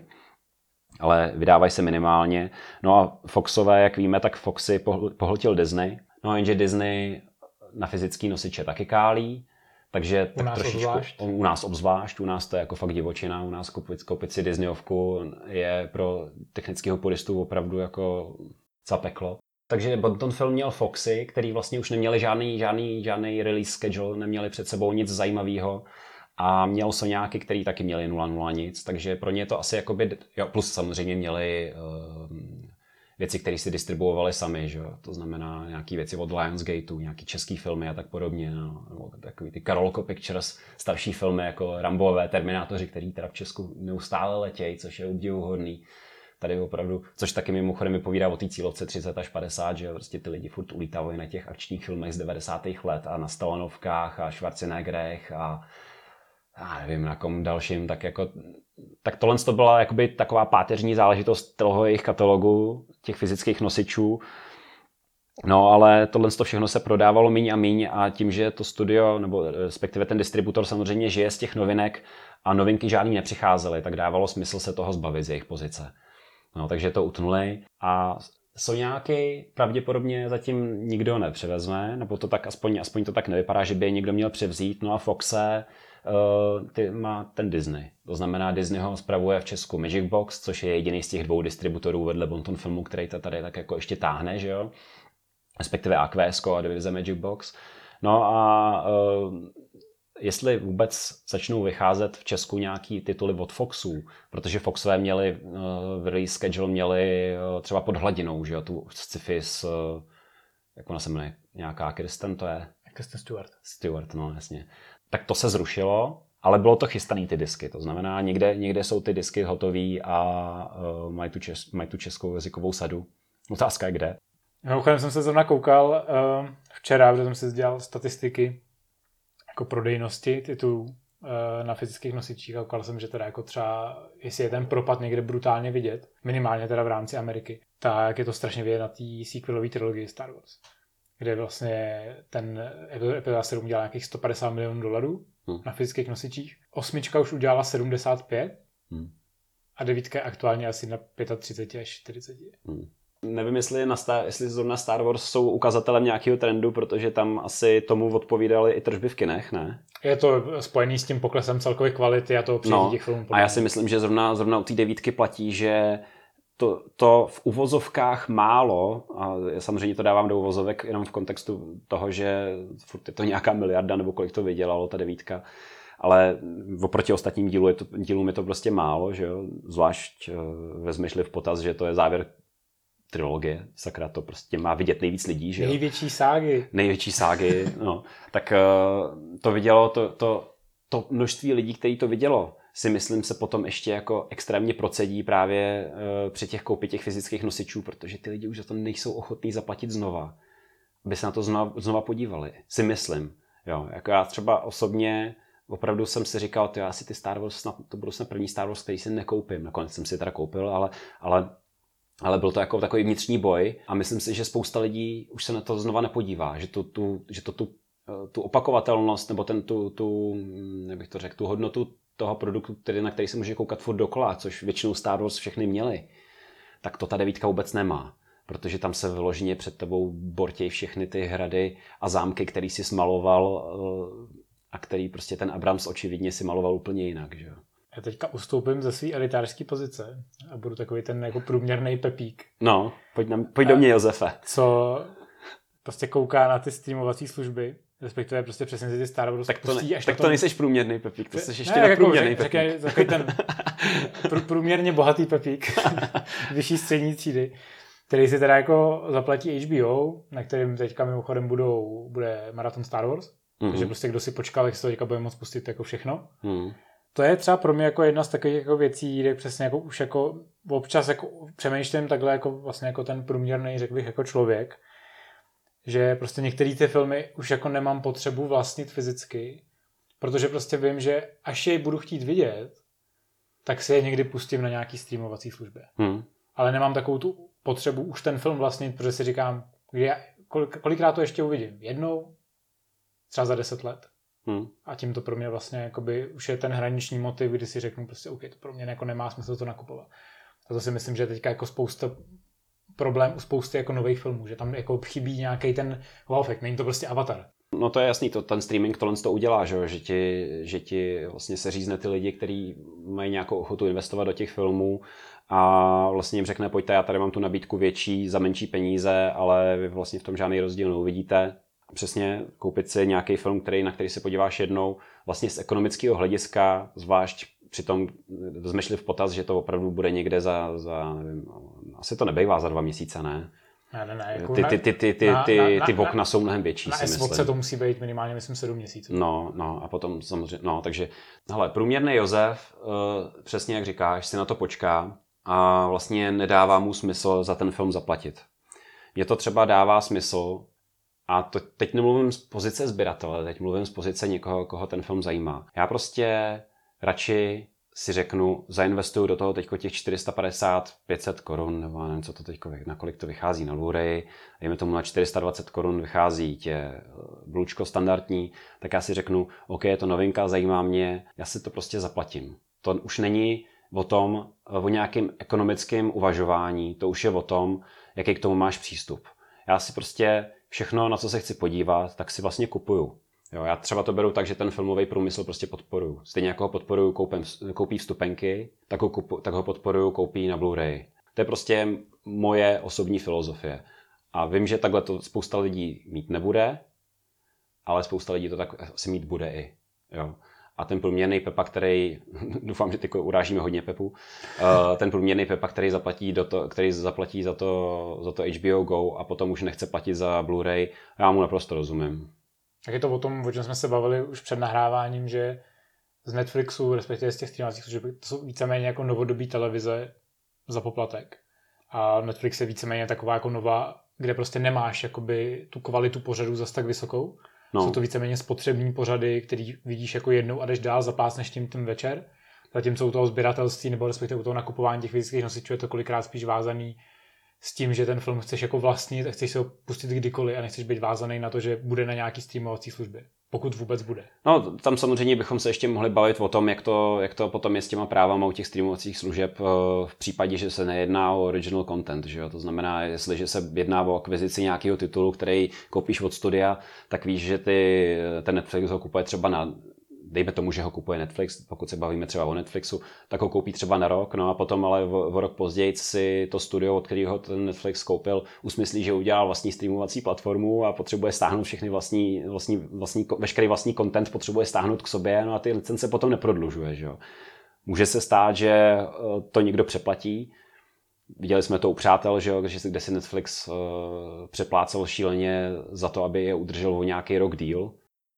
Speaker 2: ale vydávají se minimálně. No a Foxové, jak víme, tak Foxy pohltil Disney. No jenže Disney na fyzický nosiče taky kálí, takže
Speaker 1: u nás
Speaker 2: tak trošičku,
Speaker 1: obzvlášť.
Speaker 2: U nás obzvlášť, u nás to je jako fakt divočina, u nás koupit, koupit si Disneyovku je pro technického puristu opravdu jako zapeklo. Takže ten film měl Foxy, který vlastně už neměli žádný, žádný, žádný release schedule, neměli před sebou nic zajímavého. A měl Soňáky, který taky měli nula nula nic, takže pro ně to asi jakoby, jo, plus samozřejmě měli uh, věci, které si distribuovali sami, že jo, to znamená nějaké věci od Lionsgateu, nějaký český filmy a tak podobně, no, nebo takový ty Karolko Pictures, starší filmy jako Rambové, Terminátoři, který teda v Česku neustále letějí, což je obdivuhodný. Tady opravdu, což taky mimochodem mi povídá o té cílovce třicet až padesát, že prostě ty lidi furt ulítavají na těch akčních filmech z devadesátých let a na Stallonovkách a Schwarzeneggerech a já nevím, na kom dalším, tak jako, tak tohle to byla jakoby taková páteřní záležitost toho jejich katalogu, těch fyzických nosičů. No, ale tohle to všechno se prodávalo míň a míň a tím, že to studio, nebo respektive ten distributor samozřejmě žije z těch novinek a novinky žádný nepřicházely, tak dávalo smysl se toho zbavit z jejich pozice. No, takže to utnuli a Soňáky pravděpodobně zatím nikdo nepřevezme, nebo to tak aspoň, aspoň to tak nevypadá, že by je někdo měl převzít. No a Foxe uh, ty má ten Disney. To znamená, Disney ho spravuje v Česku Magic Box, což je jediný z těch dvou distributorů vedle Bonton filmu, který to tady tak jako ještě táhne, že jo? Respektive A Q S a divize Magic Box. No a uh, jestli vůbec začnou vycházet v Česku nějaký tituly od Foxů, protože Foxové měli uh, v release schedule měli uh, třeba Pod hladinou, že jo, tu sci-fi s, uh, jak ona se jmenuje, nějaká Kristen to je?
Speaker 1: Kristen Stewart.
Speaker 2: Stewart, no jasně. Tak to se zrušilo, ale bylo to chystaný ty disky, to znamená, někde, někde jsou ty disky hotový a uh, mají, tu čes, mají tu českou jazykovou sadu. Otázka je kde.
Speaker 1: Mimochodem jsem se zrovna koukal uh, včera, protože jsem si dělal statistiky jako prodejnosti titulů uh, na fyzických nosičích a koukal jsem, že teda jako třeba, jestli je ten propad někde brutálně vidět, minimálně teda v rámci Ameriky, tak je to strašně vidět na té sequelové trilogii Star Wars, kde vlastně ten epizoda sedm udělal nějakých sto padesát milionů dolarů hmm. na fyzických nosičích. Osmička už udělala sedmdesát pět hmm. a devítka je aktuálně asi na třicet pět až čtyřicet. Hmm.
Speaker 2: Nevím, jestli, na Star, jestli zrovna Star Wars jsou ukazatelem nějakého trendu, protože tam asi tomu odpovídaly i tržby v kinech, ne?
Speaker 1: Je to spojený s tím poklesem celkové kvality a toho přijetí
Speaker 2: no,
Speaker 1: těch filmů.
Speaker 2: A já si myslím, že zrovna, zrovna u té devítky platí, že to, to v uvozovkách málo, a samozřejmě to dávám do uvozovek jenom v kontextu toho, že furt je to nějaká miliarda nebo kolik to vydělalo, ta devítka, ale oproti ostatním dílu je to, dílům je to prostě málo, že jo? Zvlášť vezmeš-li v potaz, že to je závěr trilogie, sakra, to prostě má vidět nejvíc lidí, že jo?
Speaker 1: Největší ságy.
Speaker 2: Největší ságy, no. Tak uh, to vidělo, to, to, to množství lidí, který to vidělo, si myslím se potom ještě jako extrémně procedí právě uh, při těch koupi těch fyzických nosičů, protože ty lidi už za to nejsou ochotní zaplatit znova, aby se na to znova, znova podívali. Si myslím, jo. Jako já třeba osobně opravdu jsem si říkal, ty já si ty Star Wars, snad, to budou snad první Star Wars, který si nekoupím. Nakonec jsem si teda koupil, ale, ale Ale byl to jako takový vnitřní boj a myslím si, že spousta lidí už se na to znova nepodívá, že, tu, tu, že to tu, tu opakovatelnost nebo ten, tu, tu, jak bych to řekl, tu hodnotu toho produktu, který, na který se může koukat furt dokola, což většinou Star Wars všechny měli, tak to ta devítka vůbec nemá. Protože tam se vyloženě před tebou bortějí všechny ty hrady a zámky, který si smaloval a který prostě ten Abrams očividně si maloval úplně jinak, že jo.
Speaker 1: Já teďka ustoupím ze své elitářské pozice a budu takový ten jako průměrný pepík.
Speaker 2: No, pojď, na, pojď do mě, Josefe.
Speaker 1: Co prostě kouká na ty streamovací služby, respektive prostě přesně si ty Star Wars
Speaker 2: tak to,
Speaker 1: pustí
Speaker 2: ne,
Speaker 1: až
Speaker 2: tak
Speaker 1: na tom...
Speaker 2: to nejseš průměrný pepík, to jsi ještě
Speaker 1: ne,
Speaker 2: na průměrný
Speaker 1: jako,
Speaker 2: pepík.
Speaker 1: Řekne, takový ten pr- průměrně bohatý pepík, vyšší střední třídy, který si teda jako zaplatí H B O, na kterém teďka mimochodem budou, bude maraton Star Wars, mm-hmm. takže prostě kdo si počkal, tak si to teďka bude moct pustit jako všechno. Mm. To je třeba pro mě jako jedna z takových jako věcí, kde přesně jako už jako občas jako přemýšlím takhle jako vlastně jako ten průměrný, řekl bych, jako člověk, že prostě některé ty filmy už jako nemám potřebu vlastnit fyzicky, protože prostě vím, že až jej budu chtít vidět, tak si je někdy pustím na nějaký streamovací službě.
Speaker 2: Hmm.
Speaker 1: Ale nemám takovou tu potřebu už ten film vlastnit, protože si říkám, kdy já, kolik, kolikrát to ještě uvidím? Jednou? Třeba za deset let.
Speaker 2: Hmm.
Speaker 1: A tím to pro mě vlastně jakoby, už je ten hraniční motiv, kdy si řeknu prostě, OK, to pro mě jako nemá smysl to nakupovat. A to si myslím, že teďka jako spousta problém u spousty jako nových filmů, že tam jako chybí nějaký ten wow efekt, není to prostě Avatar.
Speaker 2: No to je jasný, to, ten streaming tohle to udělá, že, že, ti, že ti vlastně se řízne ty lidi, kteří mají nějakou ochotu investovat do těch filmů a vlastně jim řekne, pojďte, já tady mám tu nabídku větší za menší peníze, ale vy vlastně v tom žádný rozdíl neuvidíte. Přesně koupit si nějaký film, který, na který se podíváš jednou, vlastně z ekonomického hlediska, zvlášť přitom vezmeš-li v potaz, že to opravdu bude někde za, za nevím, asi to nebejvá za dva měsíce, ne?
Speaker 1: Ne, ne, ne. Jako
Speaker 2: ty, ty, ty, ty, ty, ty, ty okna jsou mnohem větší,
Speaker 1: na
Speaker 2: si myslím.
Speaker 1: Na to musí být minimálně, myslím, sedm měsíců.
Speaker 2: No, no a potom samozřejmě, no, takže, hele, průměrný Josef, uh, přesně jak říkáš, si na to počká a vlastně nedává mu smysl za ten film zaplatit. Mně to třeba dává smysl, a to, teď nemluvím z pozice sběratele, teď mluvím z pozice někoho, koho ten film zajímá. Já prostě radši si řeknu, zainvestuju do toho teďko těch čtyři sta padesát pět set korun, nebo nevím, co to teďko, nakolik to vychází na Blu-ray, dejme tomu na čtyři sta dvacet korun vychází tě Blučko standardní, tak já si řeknu, OK, je to novinka, zajímá mě, já si to prostě zaplatím. To už není o tom, o nějakém ekonomickém uvažování, to už je o tom, jaký k tomu máš přístup. Já si prostě všechno, na co se chci podívat, tak si vlastně kupuju. Jo, já třeba to beru tak, že ten filmový průmysl prostě podporuju. Stejně jako ho podporuju, koupím, koupí vstupenky, tak ho, kupu, tak ho podporuju, koupí na Blu-ray. To je prostě moje osobní filozofie. A vím, že takhle to spousta lidí mít nebude, ale spousta lidí to tak asi mít bude i. Jo. A ten průměrný Pepa, který, doufám, že teď urážíme hodně Pepu, ten průměrný Pepa, který zaplatí, do to, který zaplatí za, to, za to H B O Go a potom už nechce platit za Blu-ray, já mu naprosto rozumím.
Speaker 1: Tak je to o tom, o čem jsme se bavili už před nahráváním, že z Netflixu, respektive z těch streamovacích služeb, to jsou víceméně jako novodobí televize za poplatek. A Netflix je víceméně taková jako nová, kde prostě nemáš jakoby tu kvalitu pořadu zas tak vysokou. No. Jsou to víceméně spotřební pořady, který vidíš jako jednou a jdeš dál, zapásneš tím ten večer. Zatímco u toho sběratelství nebo respektive u toho nakupování těch fyzických nosičů je to kolikrát spíš vázaný s tím, že ten film chceš jako vlastnit a chceš se ho pustit kdykoliv a nechceš být vázaný na to, že bude na nějaký streamovací službě. Pokud vůbec bude.
Speaker 2: No, tam samozřejmě bychom se ještě mohli bavit o tom, jak to, jak to potom je s těma právama u těch streamovacích služeb v případě, že se nejedná o original content, že jo? To znamená, jestliže se jedná o akvizici nějakého titulu, který koupíš od studia, tak víš, že ty, ten Netflix ho kupuje třeba na, dejme tomu, že ho kupuje Netflix, pokud se bavíme třeba o Netflixu, tak ho koupí třeba na rok, no a potom ale o, o rok později si to studio, od kterého ten Netflix koupil, usmyslí, že udělal vlastní streamovací platformu a potřebuje stáhnout všechny vlastní, vlastní, vlastní, veškerý vlastní content potřebuje stáhnout k sobě, no a ty licence potom neprodlužuje, že jo. Může se stát, že to někdo přeplatí. Viděli jsme to u Přátel, že jo, kde si Netflix uh, přeplácel šíleně za to, aby je udržel o nějaký rok díl,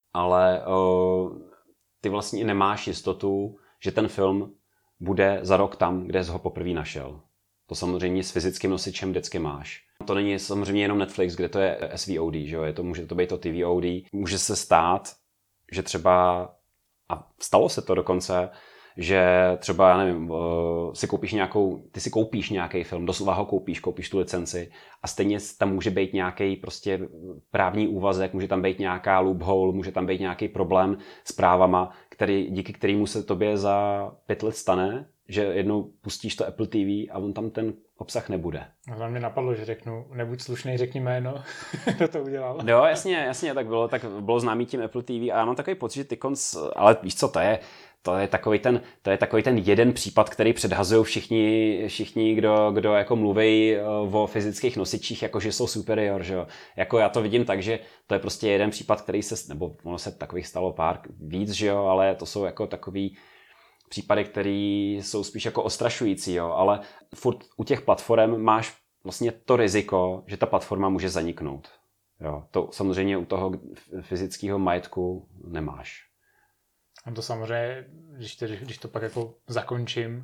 Speaker 2: ale uh, ty vlastně nemáš jistotu, že ten film bude za rok tam, kde jsi ho poprvé našel. To samozřejmě s fyzickým nosičem vždycky máš. To není samozřejmě jenom Netflix, kde to je S V O D, že jo? Je to, může to být to T V O D. Může se stát, že třeba, a stalo se to dokonce, že třeba, já nevím, si koupíš nějakou, ty si koupíš nějaký film, doslova ho koupíš, koupíš tu licenci a stejně tam může být nějaký prostě právní úvazek, může tam být nějaká loophole, může tam být nějaký problém s právama, který, díky kterému se tobě za pět let stane, že jednou pustíš to Apple T V a on tam ten obsah nebude.
Speaker 1: No, mě napadlo, že řeknu, nebuď slušnej, řekni jméno, kdo to udělal.
Speaker 2: Jo, jasně, jasně, tak bylo, tak bylo známý tím Apple T V a já mám takový pocit, že ty konc, ale víš co, to je, to je takový ten, to je takový ten jeden případ, který předhazují všichni, všichni, kdo, kdo jako mluví o fyzických nosičích, jako že jsou superior, že jo. Jako já to vidím tak, že to je prostě jeden případ, který se, nebo ono se takových stalo pár víc, že jo, ale to jsou jako takový případy, které jsou spíš jako ostrašující, jo, ale furt u těch platform máš vlastně to riziko, že ta platforma může zaniknout. Jo, to samozřejmě u toho fyzického majetku nemáš.
Speaker 1: A to samozřejmě, když to, když to pak jako zakončím,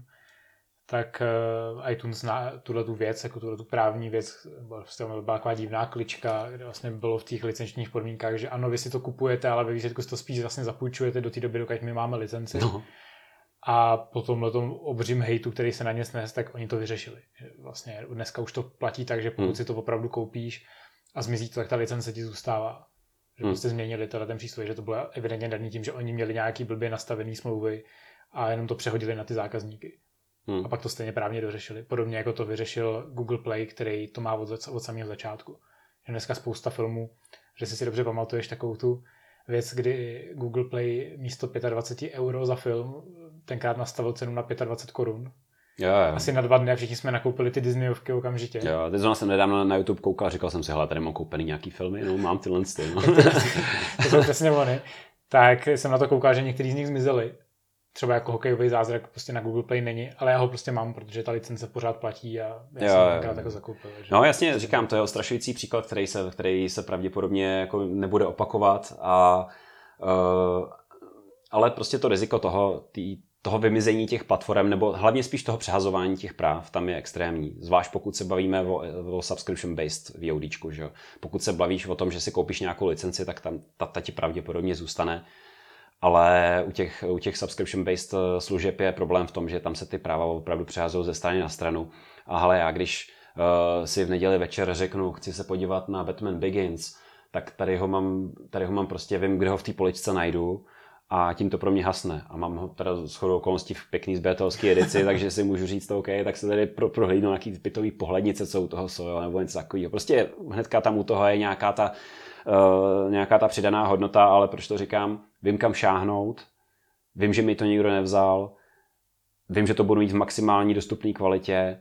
Speaker 1: tak uh, iTunes na tuhletu věc, jako tuhletu právní věc, prostě byla taková divná klička, kde vlastně bylo v těch licenčních podmínkách, že ano, vy si to kupujete, ale vy výsledku si to spíš vlastně zapůjčujete do té doby, dokud my máme licenci. No. A po tomhletom obřím hejtu, který se na ně snes, tak oni to vyřešili. Že vlastně dneska už to platí tak, že pokud hmm. si to opravdu koupíš a zmizí to, tak ta licence ti zůstává. Že hmm. prostě změnili tenhle ten přístroj, že to bylo evidentně daný tím, že oni měli nějaký blbě nastavený smlouvy a jenom to přehodili na ty zákazníky. Hmm. A pak to stejně právně dořešili. Podobně jako to vyřešil Google Play, který to má od, od samého začátku. Že dneska spousta filmů, že si si dobře pamatuješ takovou tu věc, kdy Google Play místo dvacet pět euro za film tenkrát nastavil cenu na dvacet pět korun.
Speaker 2: Jo, jo.
Speaker 1: Asi na dva dny a všichni jsme nakoupili ty Disneyovky okamžitě.
Speaker 2: Jo, teď jsem nedávno na YouTube koukal a říkal jsem si, hele, tady mám koupený nějaký filmy, no mám tyhle styl. No.
Speaker 1: To jsou přesně oni. Tak jsem na to koukal, že některý z nich zmizeli. Třeba jako hokejový zázrak prostě na Google Play není, ale já ho prostě mám, protože ta licence pořád platí a já jo, jsem tenkrát jako zakoupil. Že?
Speaker 2: No jasně, říkám, to je ostrašující příklad, který se, který se pravděpodobně jako nebude opakovat, a, uh, ale prostě to riziko toho, tý, toho vymizení těch platform, nebo hlavně spíš toho přehazování těch práv, tam je extrémní. Zvlášť pokud se bavíme o, o subscription-based VODčku. Že? Pokud se bavíš o tom, že si koupíš nějakou licenci, tak tam ta, ta ti pravděpodobně zůstane. Ale u těch, u těch subscription-based služeb je problém v tom, že tam se ty práva opravdu přehazují ze strany na stranu. A hele, já když uh, si v neděli večer řeknu, chci se podívat na Batman Begins, tak tady ho mám, tady ho mám prostě, vím, kde ho v té poličce najdu, a tím to pro mě hasne. A mám ho teda shodou okolností v pěkný sběratelské edici, takže si můžu říct, OK, tak se tady pro, prohlídnu nějaký bytový pohlednice, co u toho jsou, nebo něco takového. Prostě hnedka tam u toho je nějaká ta, uh, nějaká ta přidaná hodnota, ale proč to říkám? Vím, kam šáhnout, vím, že mi to nikdo nevzal, vím, že to budu mít v maximální dostupné kvalitě.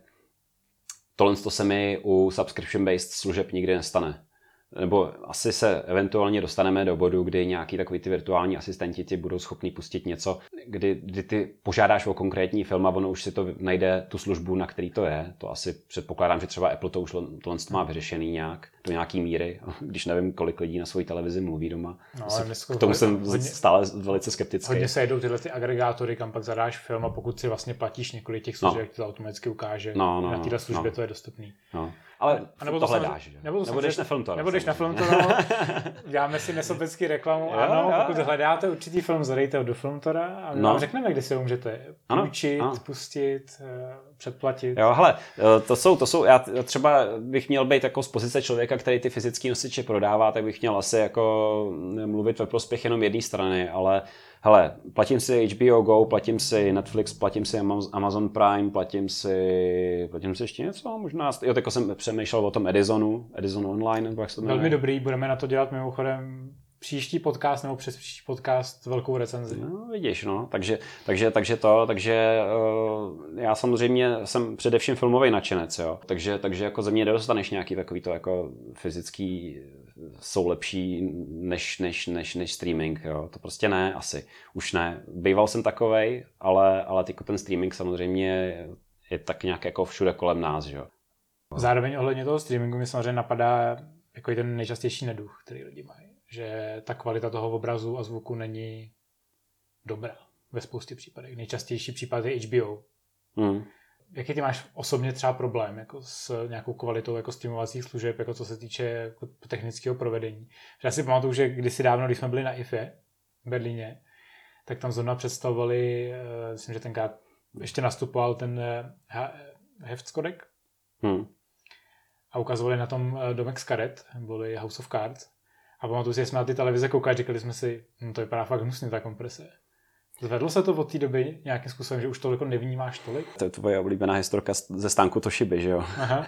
Speaker 2: Tohle to se mi u subscription-based služeb nikdy nestane. Nebo asi se eventuálně dostaneme do bodu, kdy nějaký takový ty virtuální asistenti ti budou schopni pustit něco, kdy, kdy ty požádáš o konkrétní film a ono už si to najde tu službu, na který to je. To asi předpokládám, že třeba Apple to už tohle má vyřešený nějak, do nějaký míry, když nevím, kolik lidí na svojí televizi mluví doma. No, asi, k tomu jsem hodně, stále velice skeptický.
Speaker 1: Hodně se jedou tyhle ty agregátory, kam pak zadáš film, a pokud si vlastně platíš několik těch služeb, no. to automaticky ukáže, no, no, na této službě no. to je dostupný.
Speaker 2: No. Ale a nebo to, to hledáš, že?
Speaker 1: Nebo, to
Speaker 2: nebo jdeš na Filmtora.
Speaker 1: Nebo jdeš na Filmtora, děláme si nesobecký reklamu, jo, ano, jo, pokud jo. hledáte určitý film, zadejte ho do Filmtora a my no. vám řekneme, kdy si ho můžete půjčit, pustit, předplatit.
Speaker 2: Jo, hele, to jsou, to jsou, já třeba bych měl být jako z pozice člověka, který ty fyzické nosiče prodává, tak bych měl asi jako mluvit ve prospěch jenom jedné strany, ale hele, platím si H B O Go, platím si Netflix, platím si Amazon Prime, platím si, platím si ještě něco, možná, jo, tak jsem přemýšlel o tom Edisonu, Edison Online, nebo jak se to jmenuje.
Speaker 1: Velmi dobrý, budeme na to dělat mimochodem příští podcast, nebo přes příští podcast velkou recenzi.
Speaker 2: No, vidíš, no, takže, takže, takže to, takže uh, já samozřejmě jsem především filmový nadšenec, jo, takže, takže jako ze mě nedostaneš nějaký takový to jako fyzický, jsou lepší než, než, než, než streaming, jo, to prostě ne, asi, už ne. Býval jsem takovej, ale, ale tyko ten streaming samozřejmě je tak nějak jako všude kolem nás, jo.
Speaker 1: Zároveň ohledně toho streamingu mi samozřejmě napadá jako ten nejčastější neduch, který lidi mají. Že ta kvalita toho obrazu a zvuku není dobrá ve spoustě případech. Nejčastější případ je H B O. Mm. Jaký ty máš osobně třeba problém jako s nějakou kvalitou jako streamovacích služeb, jako co se týče jako technického provedení? Já si pamatuju, že kdysi dávno, když jsme byli na I F E v Berlíně, tak tam zrovna představovali, myslím, že tenkrát ještě nastupoval ten Heftskodek mm. a ukazovali na tom domek z karet, byly House of Cards. A pamatuju si, že jsme na ty televize koukali, říkali jsme si, no to vypadá fakt hnusně ta komprese. Zvedlo se to od té doby nějakým způsobem, že už toliko nevnímáš tolik?
Speaker 2: To je tvoje oblíbená historka ze stánku Toshiby, že jo? Aha.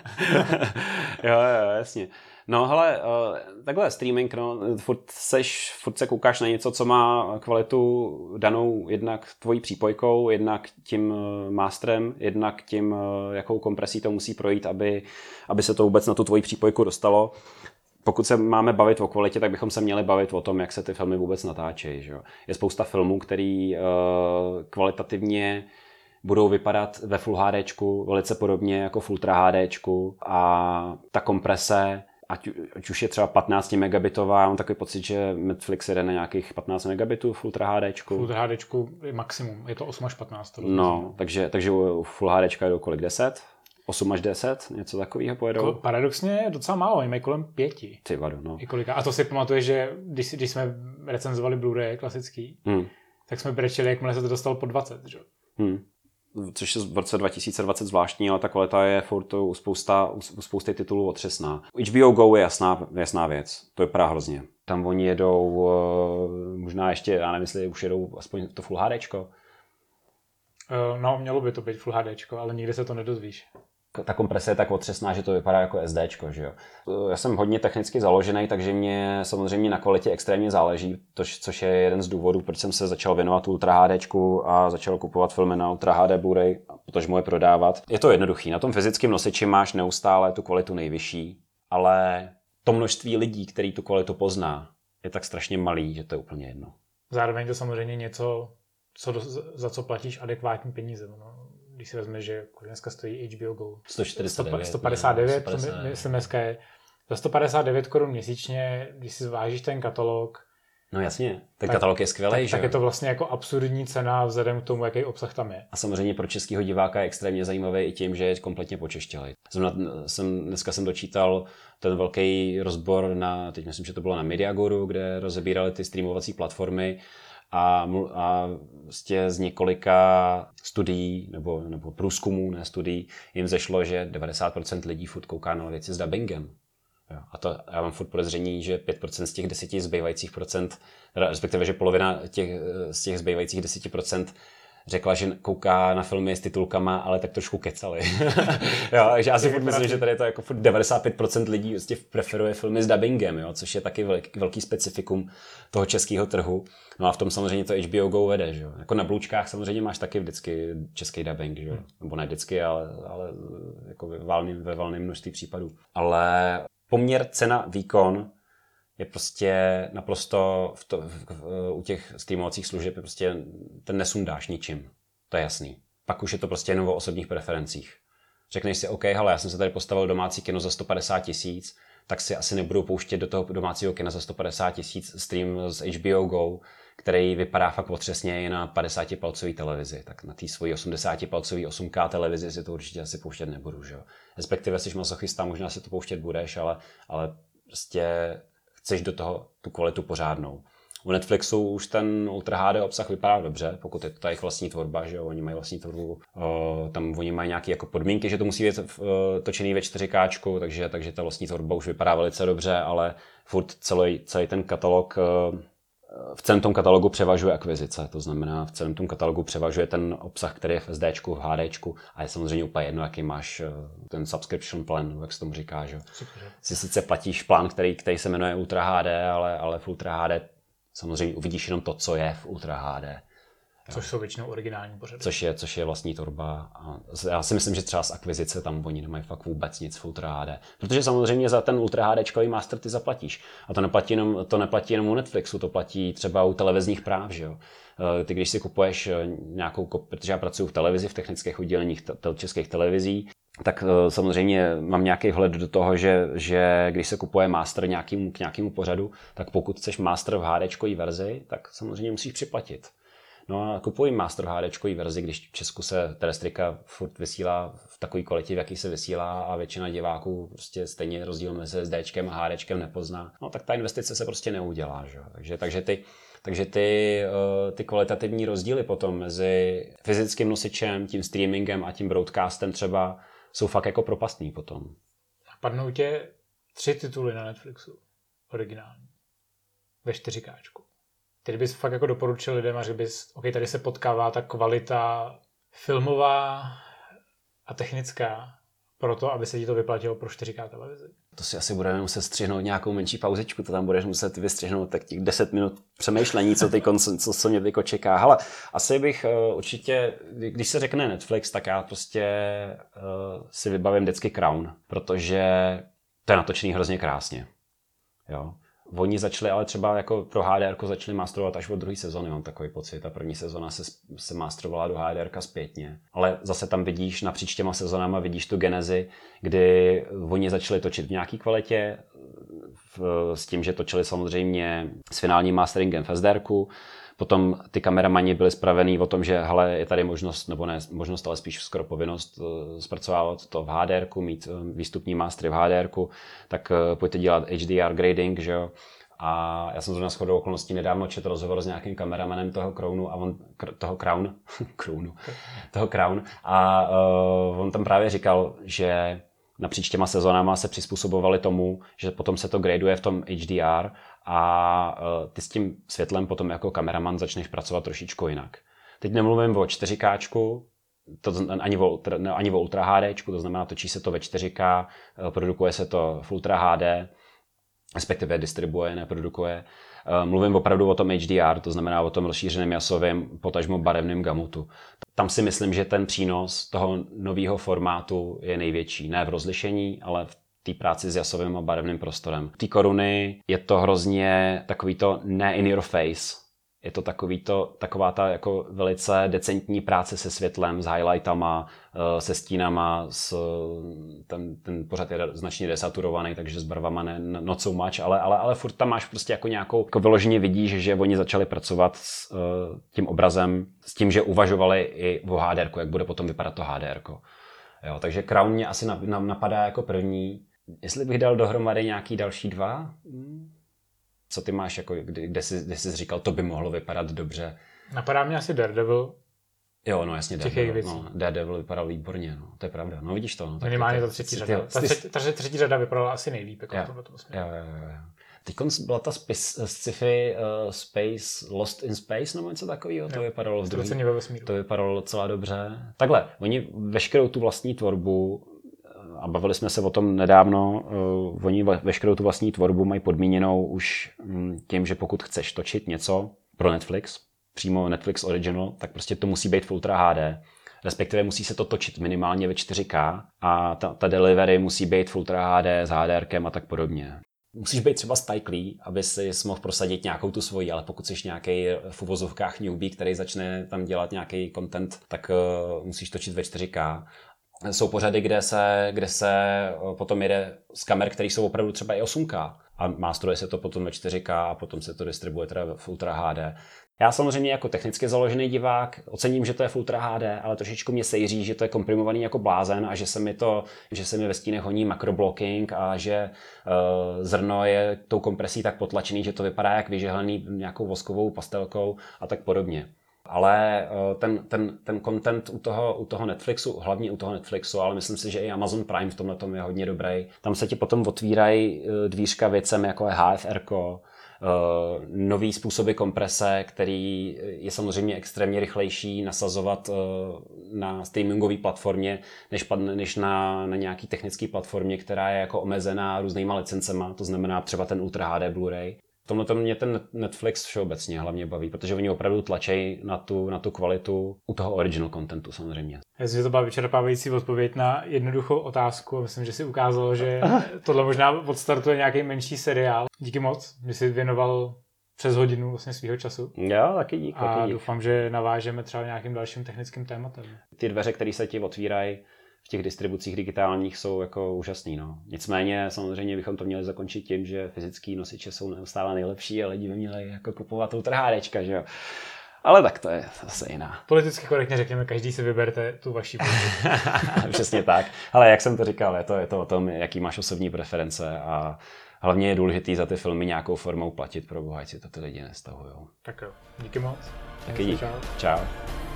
Speaker 2: jo, jo, jasně. No hele, takhle streaming, no, furt, seš, furt se koukáš na něco, co má kvalitu danou jednak tvojí přípojkou, jednak tím masterem, jednak tím, jakou kompresí to musí projít, aby, aby se to vůbec na tu tvoji přípojku dostalo. Pokud se máme bavit o kvalitě, tak bychom se měli bavit o tom, jak se ty filmy vůbec natáčejí. Že? Je spousta filmů, které uh, kvalitativně budou vypadat ve Full HDčku velice podobně jako v Ultra HDčku a ta komprese, ať, ať už je třeba patnáct megabitová, já mám takový pocit, že Netflix jede na nějakých patnáct megabitů v Ultra HDčku.
Speaker 1: V Ultra HDčku je maximum, je to osm až patnáct.
Speaker 2: No, takže, takže u Full HDčka jdou kolik, deset? osm až deset, něco takového pojedou.
Speaker 1: Paradoxně je docela málo, oni mají kolem pěti.
Speaker 2: Ty vado, no.
Speaker 1: A to si pamatuješ, že když, když jsme recenzovali Blu-ray klasický, hmm. tak jsme brečeli, jakmile se to dostalo po dvacet, že?
Speaker 2: Hmm. Což je v roce dva tisíce dvacet zvláštní, ale ta kvalita je furt u, spousta, u spousty titulů otřesná. H B O Go je jasná, jasná věc, to vypadá hrozně. Tam oni jedou, možná ještě, já nevím, jestli už jedou aspoň to Full HDčko.
Speaker 1: No, mělo by to být Full HDčko, ale nikdy se to nedozvíš.
Speaker 2: Ta komprese je tak otřesná, že to vypadá jako SDčko, že jo. Já jsem hodně technicky založený, takže mě samozřejmě na kvalitě extrémně záleží, tož, což je jeden z důvodů, proč jsem se začal věnovat Ultra HDčku a začal kupovat filmy na Ultra H D Blu-ray, protože mu je prodávat. Je to jednoduchý, na tom fyzickém nosiči máš neustále tu kvalitu nejvyšší, ale to množství lidí, který tu kvalitu pozná, je tak strašně malý, že to je úplně jedno.
Speaker 1: Zároveň to samozřejmě něco, co do, za co platíš adekvátní peníze. No. Když si vezmeš, že dneska stojí H B O Go
Speaker 2: sto čtyřicet devět,
Speaker 1: sto padesát devět,
Speaker 2: sto padesát devět.
Speaker 1: myslím dneska je za sto padesát devět korun měsíčně, když si zvážíš ten katalog.
Speaker 2: No jasně, ten tak, katalog je skvělý,
Speaker 1: tak,
Speaker 2: že?
Speaker 1: Tak je to vlastně jako absurdní cena vzhledem k tomu, jaký obsah tam je.
Speaker 2: A samozřejmě pro českého diváka je extrémně zajímavý i tím, že je kompletně počeštělej. Jsem, jsem dneska jsem dočítal ten velký rozbor na, teď myslím, že to bylo na Mediagoru, kde rozebírali ty streamovací platformy. A, a vlastně z několika studií nebo, nebo průzkumů, ne studií, jim zešlo, že devadesát procent lidí furt kouká na věci s dubbingem. Jo. A to já mám furt podezření, že pět procent z těch deseti zbývajících procent, respektive, že polovina těch, z těch zbývajících deseti procent řekla, že kouká na filmy s titulkama, ale tak trošku kecali. Jo, takže já si furt myslím, že tady je to jako furt devadesát pět procent lidí vlastně preferuje filmy s dubbingem, jo, což je taky velký, velký specifikum toho českého trhu. No a v tom samozřejmě to H B O Go vede, že jo. Jako na Blučkách samozřejmě máš taky vždycky český dubbing, že jo. Nebo ne vždycky, ale, ale jako ve valném, ve valném množství případů. Ale poměr cena výkon je prostě naprosto v to, v, v, u těch streamovacích služeb je prostě ten nesundáš ničím. To je jasný. Pak už je to prostě jenom o osobních preferencích. Řekneš si, OK, hele, já jsem se tady postavil domácí kino za sto padesát tisíc, tak si asi nebudu pouštět do toho domácího kina za sto padesát tisíc stream z H B O Go, který vypadá fakt otřesně i na padesáti-palcový televizi. Tak na té svojí osmdesáti-palcový osm K televizi si to určitě asi pouštět nebudu, že jo. Respektive jsi masochista, možná si to pouštět budeš, ale, ale prostě chceš do toho tu kvalitu pořádnou. U Netflixu už ten Ultra H D obsah vypadá dobře, pokud je to ta jejich vlastní tvorba, že jo, oni mají vlastní tvorbu, o, tam oni mají nějaké jako podmínky, že to musí být v, o, točený ve čtyři ká, takže, takže ta vlastní tvorba už vypadá velice dobře, ale furt celý, celý ten katalog, o, v celém tom katalogu převažuje akvizice, to znamená v celém tom katalogu převažuje ten obsah, který je v SDčku, v HDčku a je samozřejmě úplně jedno, jaký máš ten subscription plan, jak se tomu říká, že si sice platíš plán, který, který se jmenuje Ultra H D, ale, ale v Ultra H D samozřejmě uvidíš jenom to, co je v Ultra H D.
Speaker 1: Což jsou většinou originální pořady.
Speaker 2: Což je, což je vlastní tvorba. A já si myslím, že třeba z akvizice tam oni nemají fakt vůbec nic v Ultra H D. Protože samozřejmě za ten Ultra HDčkový master ty zaplatíš. A to neplatí jenom, to neplatí jenom u Netflixu, to platí třeba u televizních práv, že jo. Ty když si kupuješ nějakou, protože já pracuji v televizi, v technických odděleních českých televizí, tak samozřejmě mám nějaký vhled do toho, že, že když se kupuje master nějakým, k nějakému pořadu, tak pokud chceš master v HDčkový verzi, tak samozřejmě musíš připlatit. No a kupuji master v HDčkový verzi, když v Česku se terestrika furt vysílá v takové kvalitě, v jaký se vysílá a většina diváků prostě stejně rozdíl mezi SDčkem a HDčkem nepozná. No tak ta investice se prostě neudělá, že? Takže, takže ty Takže ty, ty kvalitativní rozdíly potom mezi fyzickým nosičem, tím streamingem a tím broadcastem třeba jsou fakt jako propastný potom.
Speaker 1: Padnou tě tři tituly na Netflixu, originální, ve čtyři ká. Který bys fakt jako doporučil lidem a řekl bys, OK, tady se potkává ta kvalita filmová a technická pro to, aby se ti to vyplatilo pro čtyři ká televizi.
Speaker 2: To si asi budeme muset střihnout nějakou menší pauzičku, to tam budeš muset vystřihnout tak těch deset minut přemýšlení, co, tyko, co, co mě tyko čeká. Hele, asi bych uh, určitě, když se řekne Netflix, tak já prostě uh, si vybavím vždycky Crown, protože to je natočený hrozně krásně. Jo. Oni začali, ale třeba jako pro H D R začali masterovat až od druhé sezony, mám takový pocit. Ta první sezona se, se masterovala do H D R zpětně. Ale zase tam vidíš, napříč těma sezonama vidíš tu genezi, kdy oni začali točit v nějaký kvalitě, v, s tím, že točili samozřejmě s finálním masteringem v SDRku. Potom ty kameramani byli spravený o tom, že hele, je tady možnost, nebo ne možnost, ale spíš skoro povinnost zpracovávat to v H D R ku, mít výstupní mastery v H D R ku, tak pojďte dělat H D R grading, že jo. A já jsem zrovna shodou okolností nedávno četl rozhovor s nějakým kameramanem toho Crownu a on, toho Crown, Crownu, toho Crown a uh, on tam právě říkal, že napříč těma sezónama se přizpůsobovali tomu, že potom se to graduje v tom H D R a uh, ty s tím světlem potom jako kameraman začneš pracovat trošičku jinak. Teď nemluvím o čtyři ká, to ani o, ani o Ultra H D, to znamená, točí se to ve čtyři ká, produkuje se to v Ultra H D, respektive distribuje, neprodukuje. Mluvím opravdu o tom H D R, to znamená o tom rozšířeném jasovém, potažmo barevném gamutu. Tam si myslím, že ten přínos toho nového formátu je největší. Ne v rozlišení, ale v té práci s jasovým a barevným prostorem. Ty koruny je to hrozně takový to ne in your face. Je to takový to, taková ta jako velice decentní práce se světlem, s highlightama, se stínama, s, ten, ten pořad je značně desaturovaný, takže s barvama ne not so much, ale, ale, ale furt tam máš prostě jako nějakou, jako vyloženě vidíš, že oni začali pracovat s uh, tím obrazem, s tím, že uvažovali i o H D R, jak bude potom vypadat to H D R. Jo, takže Crown mě asi napadá jako první. Jestli bych dal dohromady nějaký další dva? Hmm. Co ty máš, jako, kde, kde, jsi, kde jsi říkal, to by mohlo vypadat dobře?
Speaker 1: Napadá mě asi Daredevil.
Speaker 2: Jo, no jasně, Daredevil, no, Daredevil vypadal výborně, no, to je pravda. No vidíš to. No,
Speaker 1: minimálně to třetí řada. Ta třetí, ta třetí řada vypadala asi nejlíp. Jako
Speaker 2: jo, jo, jo, jo. Teď byla ta sci-fi uh, Space, Lost in Space nebo něco takového, to vypadalo v druhý, to vypadalo docela dobře. Takhle, oni veškerou tu vlastní tvorbu, a bavili jsme se o tom nedávno, uh, oni veškerou tu vlastní tvorbu mají podmíněnou už um, tím, že pokud chceš točit něco pro Netflix, přímo Netflix Original, tak prostě to musí být v Ultra H D, respektive musí se to točit minimálně ve čtyři ká a ta, ta delivery musí být v Ultra H D s HDRkem a tak podobně. Musíš být třeba Spike Lee, aby si mohl prosadit nějakou tu svoji, ale pokud jsi nějaký v uvozovkách newbie, který začne tam dělat nějaký content, tak uh, musíš točit ve čtyři ká. Jsou pořady, kde se, kde se potom jede z kamer, které jsou opravdu třeba i osm ká a mástruje se to potom ve čtyři ká a potom se to distribuje teda v Ultra H D. Já samozřejmě jako technicky založený divák ocením, že to je v Ultra H D, ale trošičku mě sejří, že to je komprimovaný jako blázen a že se mi to, že se mi ve stínech honí makroblocking a že uh, zrno je tou kompresí tak potlačený, že to vypadá jak vyžehlený nějakou voskovou pastelkou a tak podobně. Ale ten, ten, ten content u toho, u toho Netflixu, hlavně u toho Netflixu, ale myslím si, že i Amazon Prime v tomhle tom je hodně dobrý. Tam se ti potom otvírají dvířka věcem, jako je H F R ko, nový způsoby komprese, který je samozřejmě extrémně rychlejší nasazovat na streamingové platformě, než, než na, na nějaký technické platformě, která je jako omezená různýma licencema, to znamená třeba ten Ultra H D Blu-ray. V tomhle mě ten Netflix všeobecně hlavně baví, protože oni opravdu tlačí na tu, na tu kvalitu u toho original contentu samozřejmě.
Speaker 1: Jestli to byla vyčerpávající odpověď na jednoduchou otázku, myslím, že si ukázalo, že tohle možná odstartuje nějaký menší seriál. Díky moc, že jsi věnoval přes hodinu vlastně svýho času.
Speaker 2: Jo, taky dík.
Speaker 1: A
Speaker 2: taky dík.
Speaker 1: doufám, že navážeme třeba nějakým dalším technickým tématem.
Speaker 2: Ty dveře, které se ti otvírají v těch distribucích digitálních, jsou jako úžasný. No. Nicméně samozřejmě bychom to měli zakončit tím, že fyzický nosiče jsou neustále nejlepší a lidi by měli jako kupovat Ultra HDčka, že jo. Ale tak to je zase jiná.
Speaker 1: Politicky korektně řekněme, každý si vyberte tu vaši pozici.
Speaker 2: Přesně tak. Ale jak jsem to říkal, je to, je to o tom, jaký máš osobní preference a hlavně je důležitý za ty filmy nějakou formou platit, pro boha, ať si to ty lidi nestahujou.
Speaker 1: Tak jo, díky moc.
Speaker 2: Taky díky. Čau. Čau.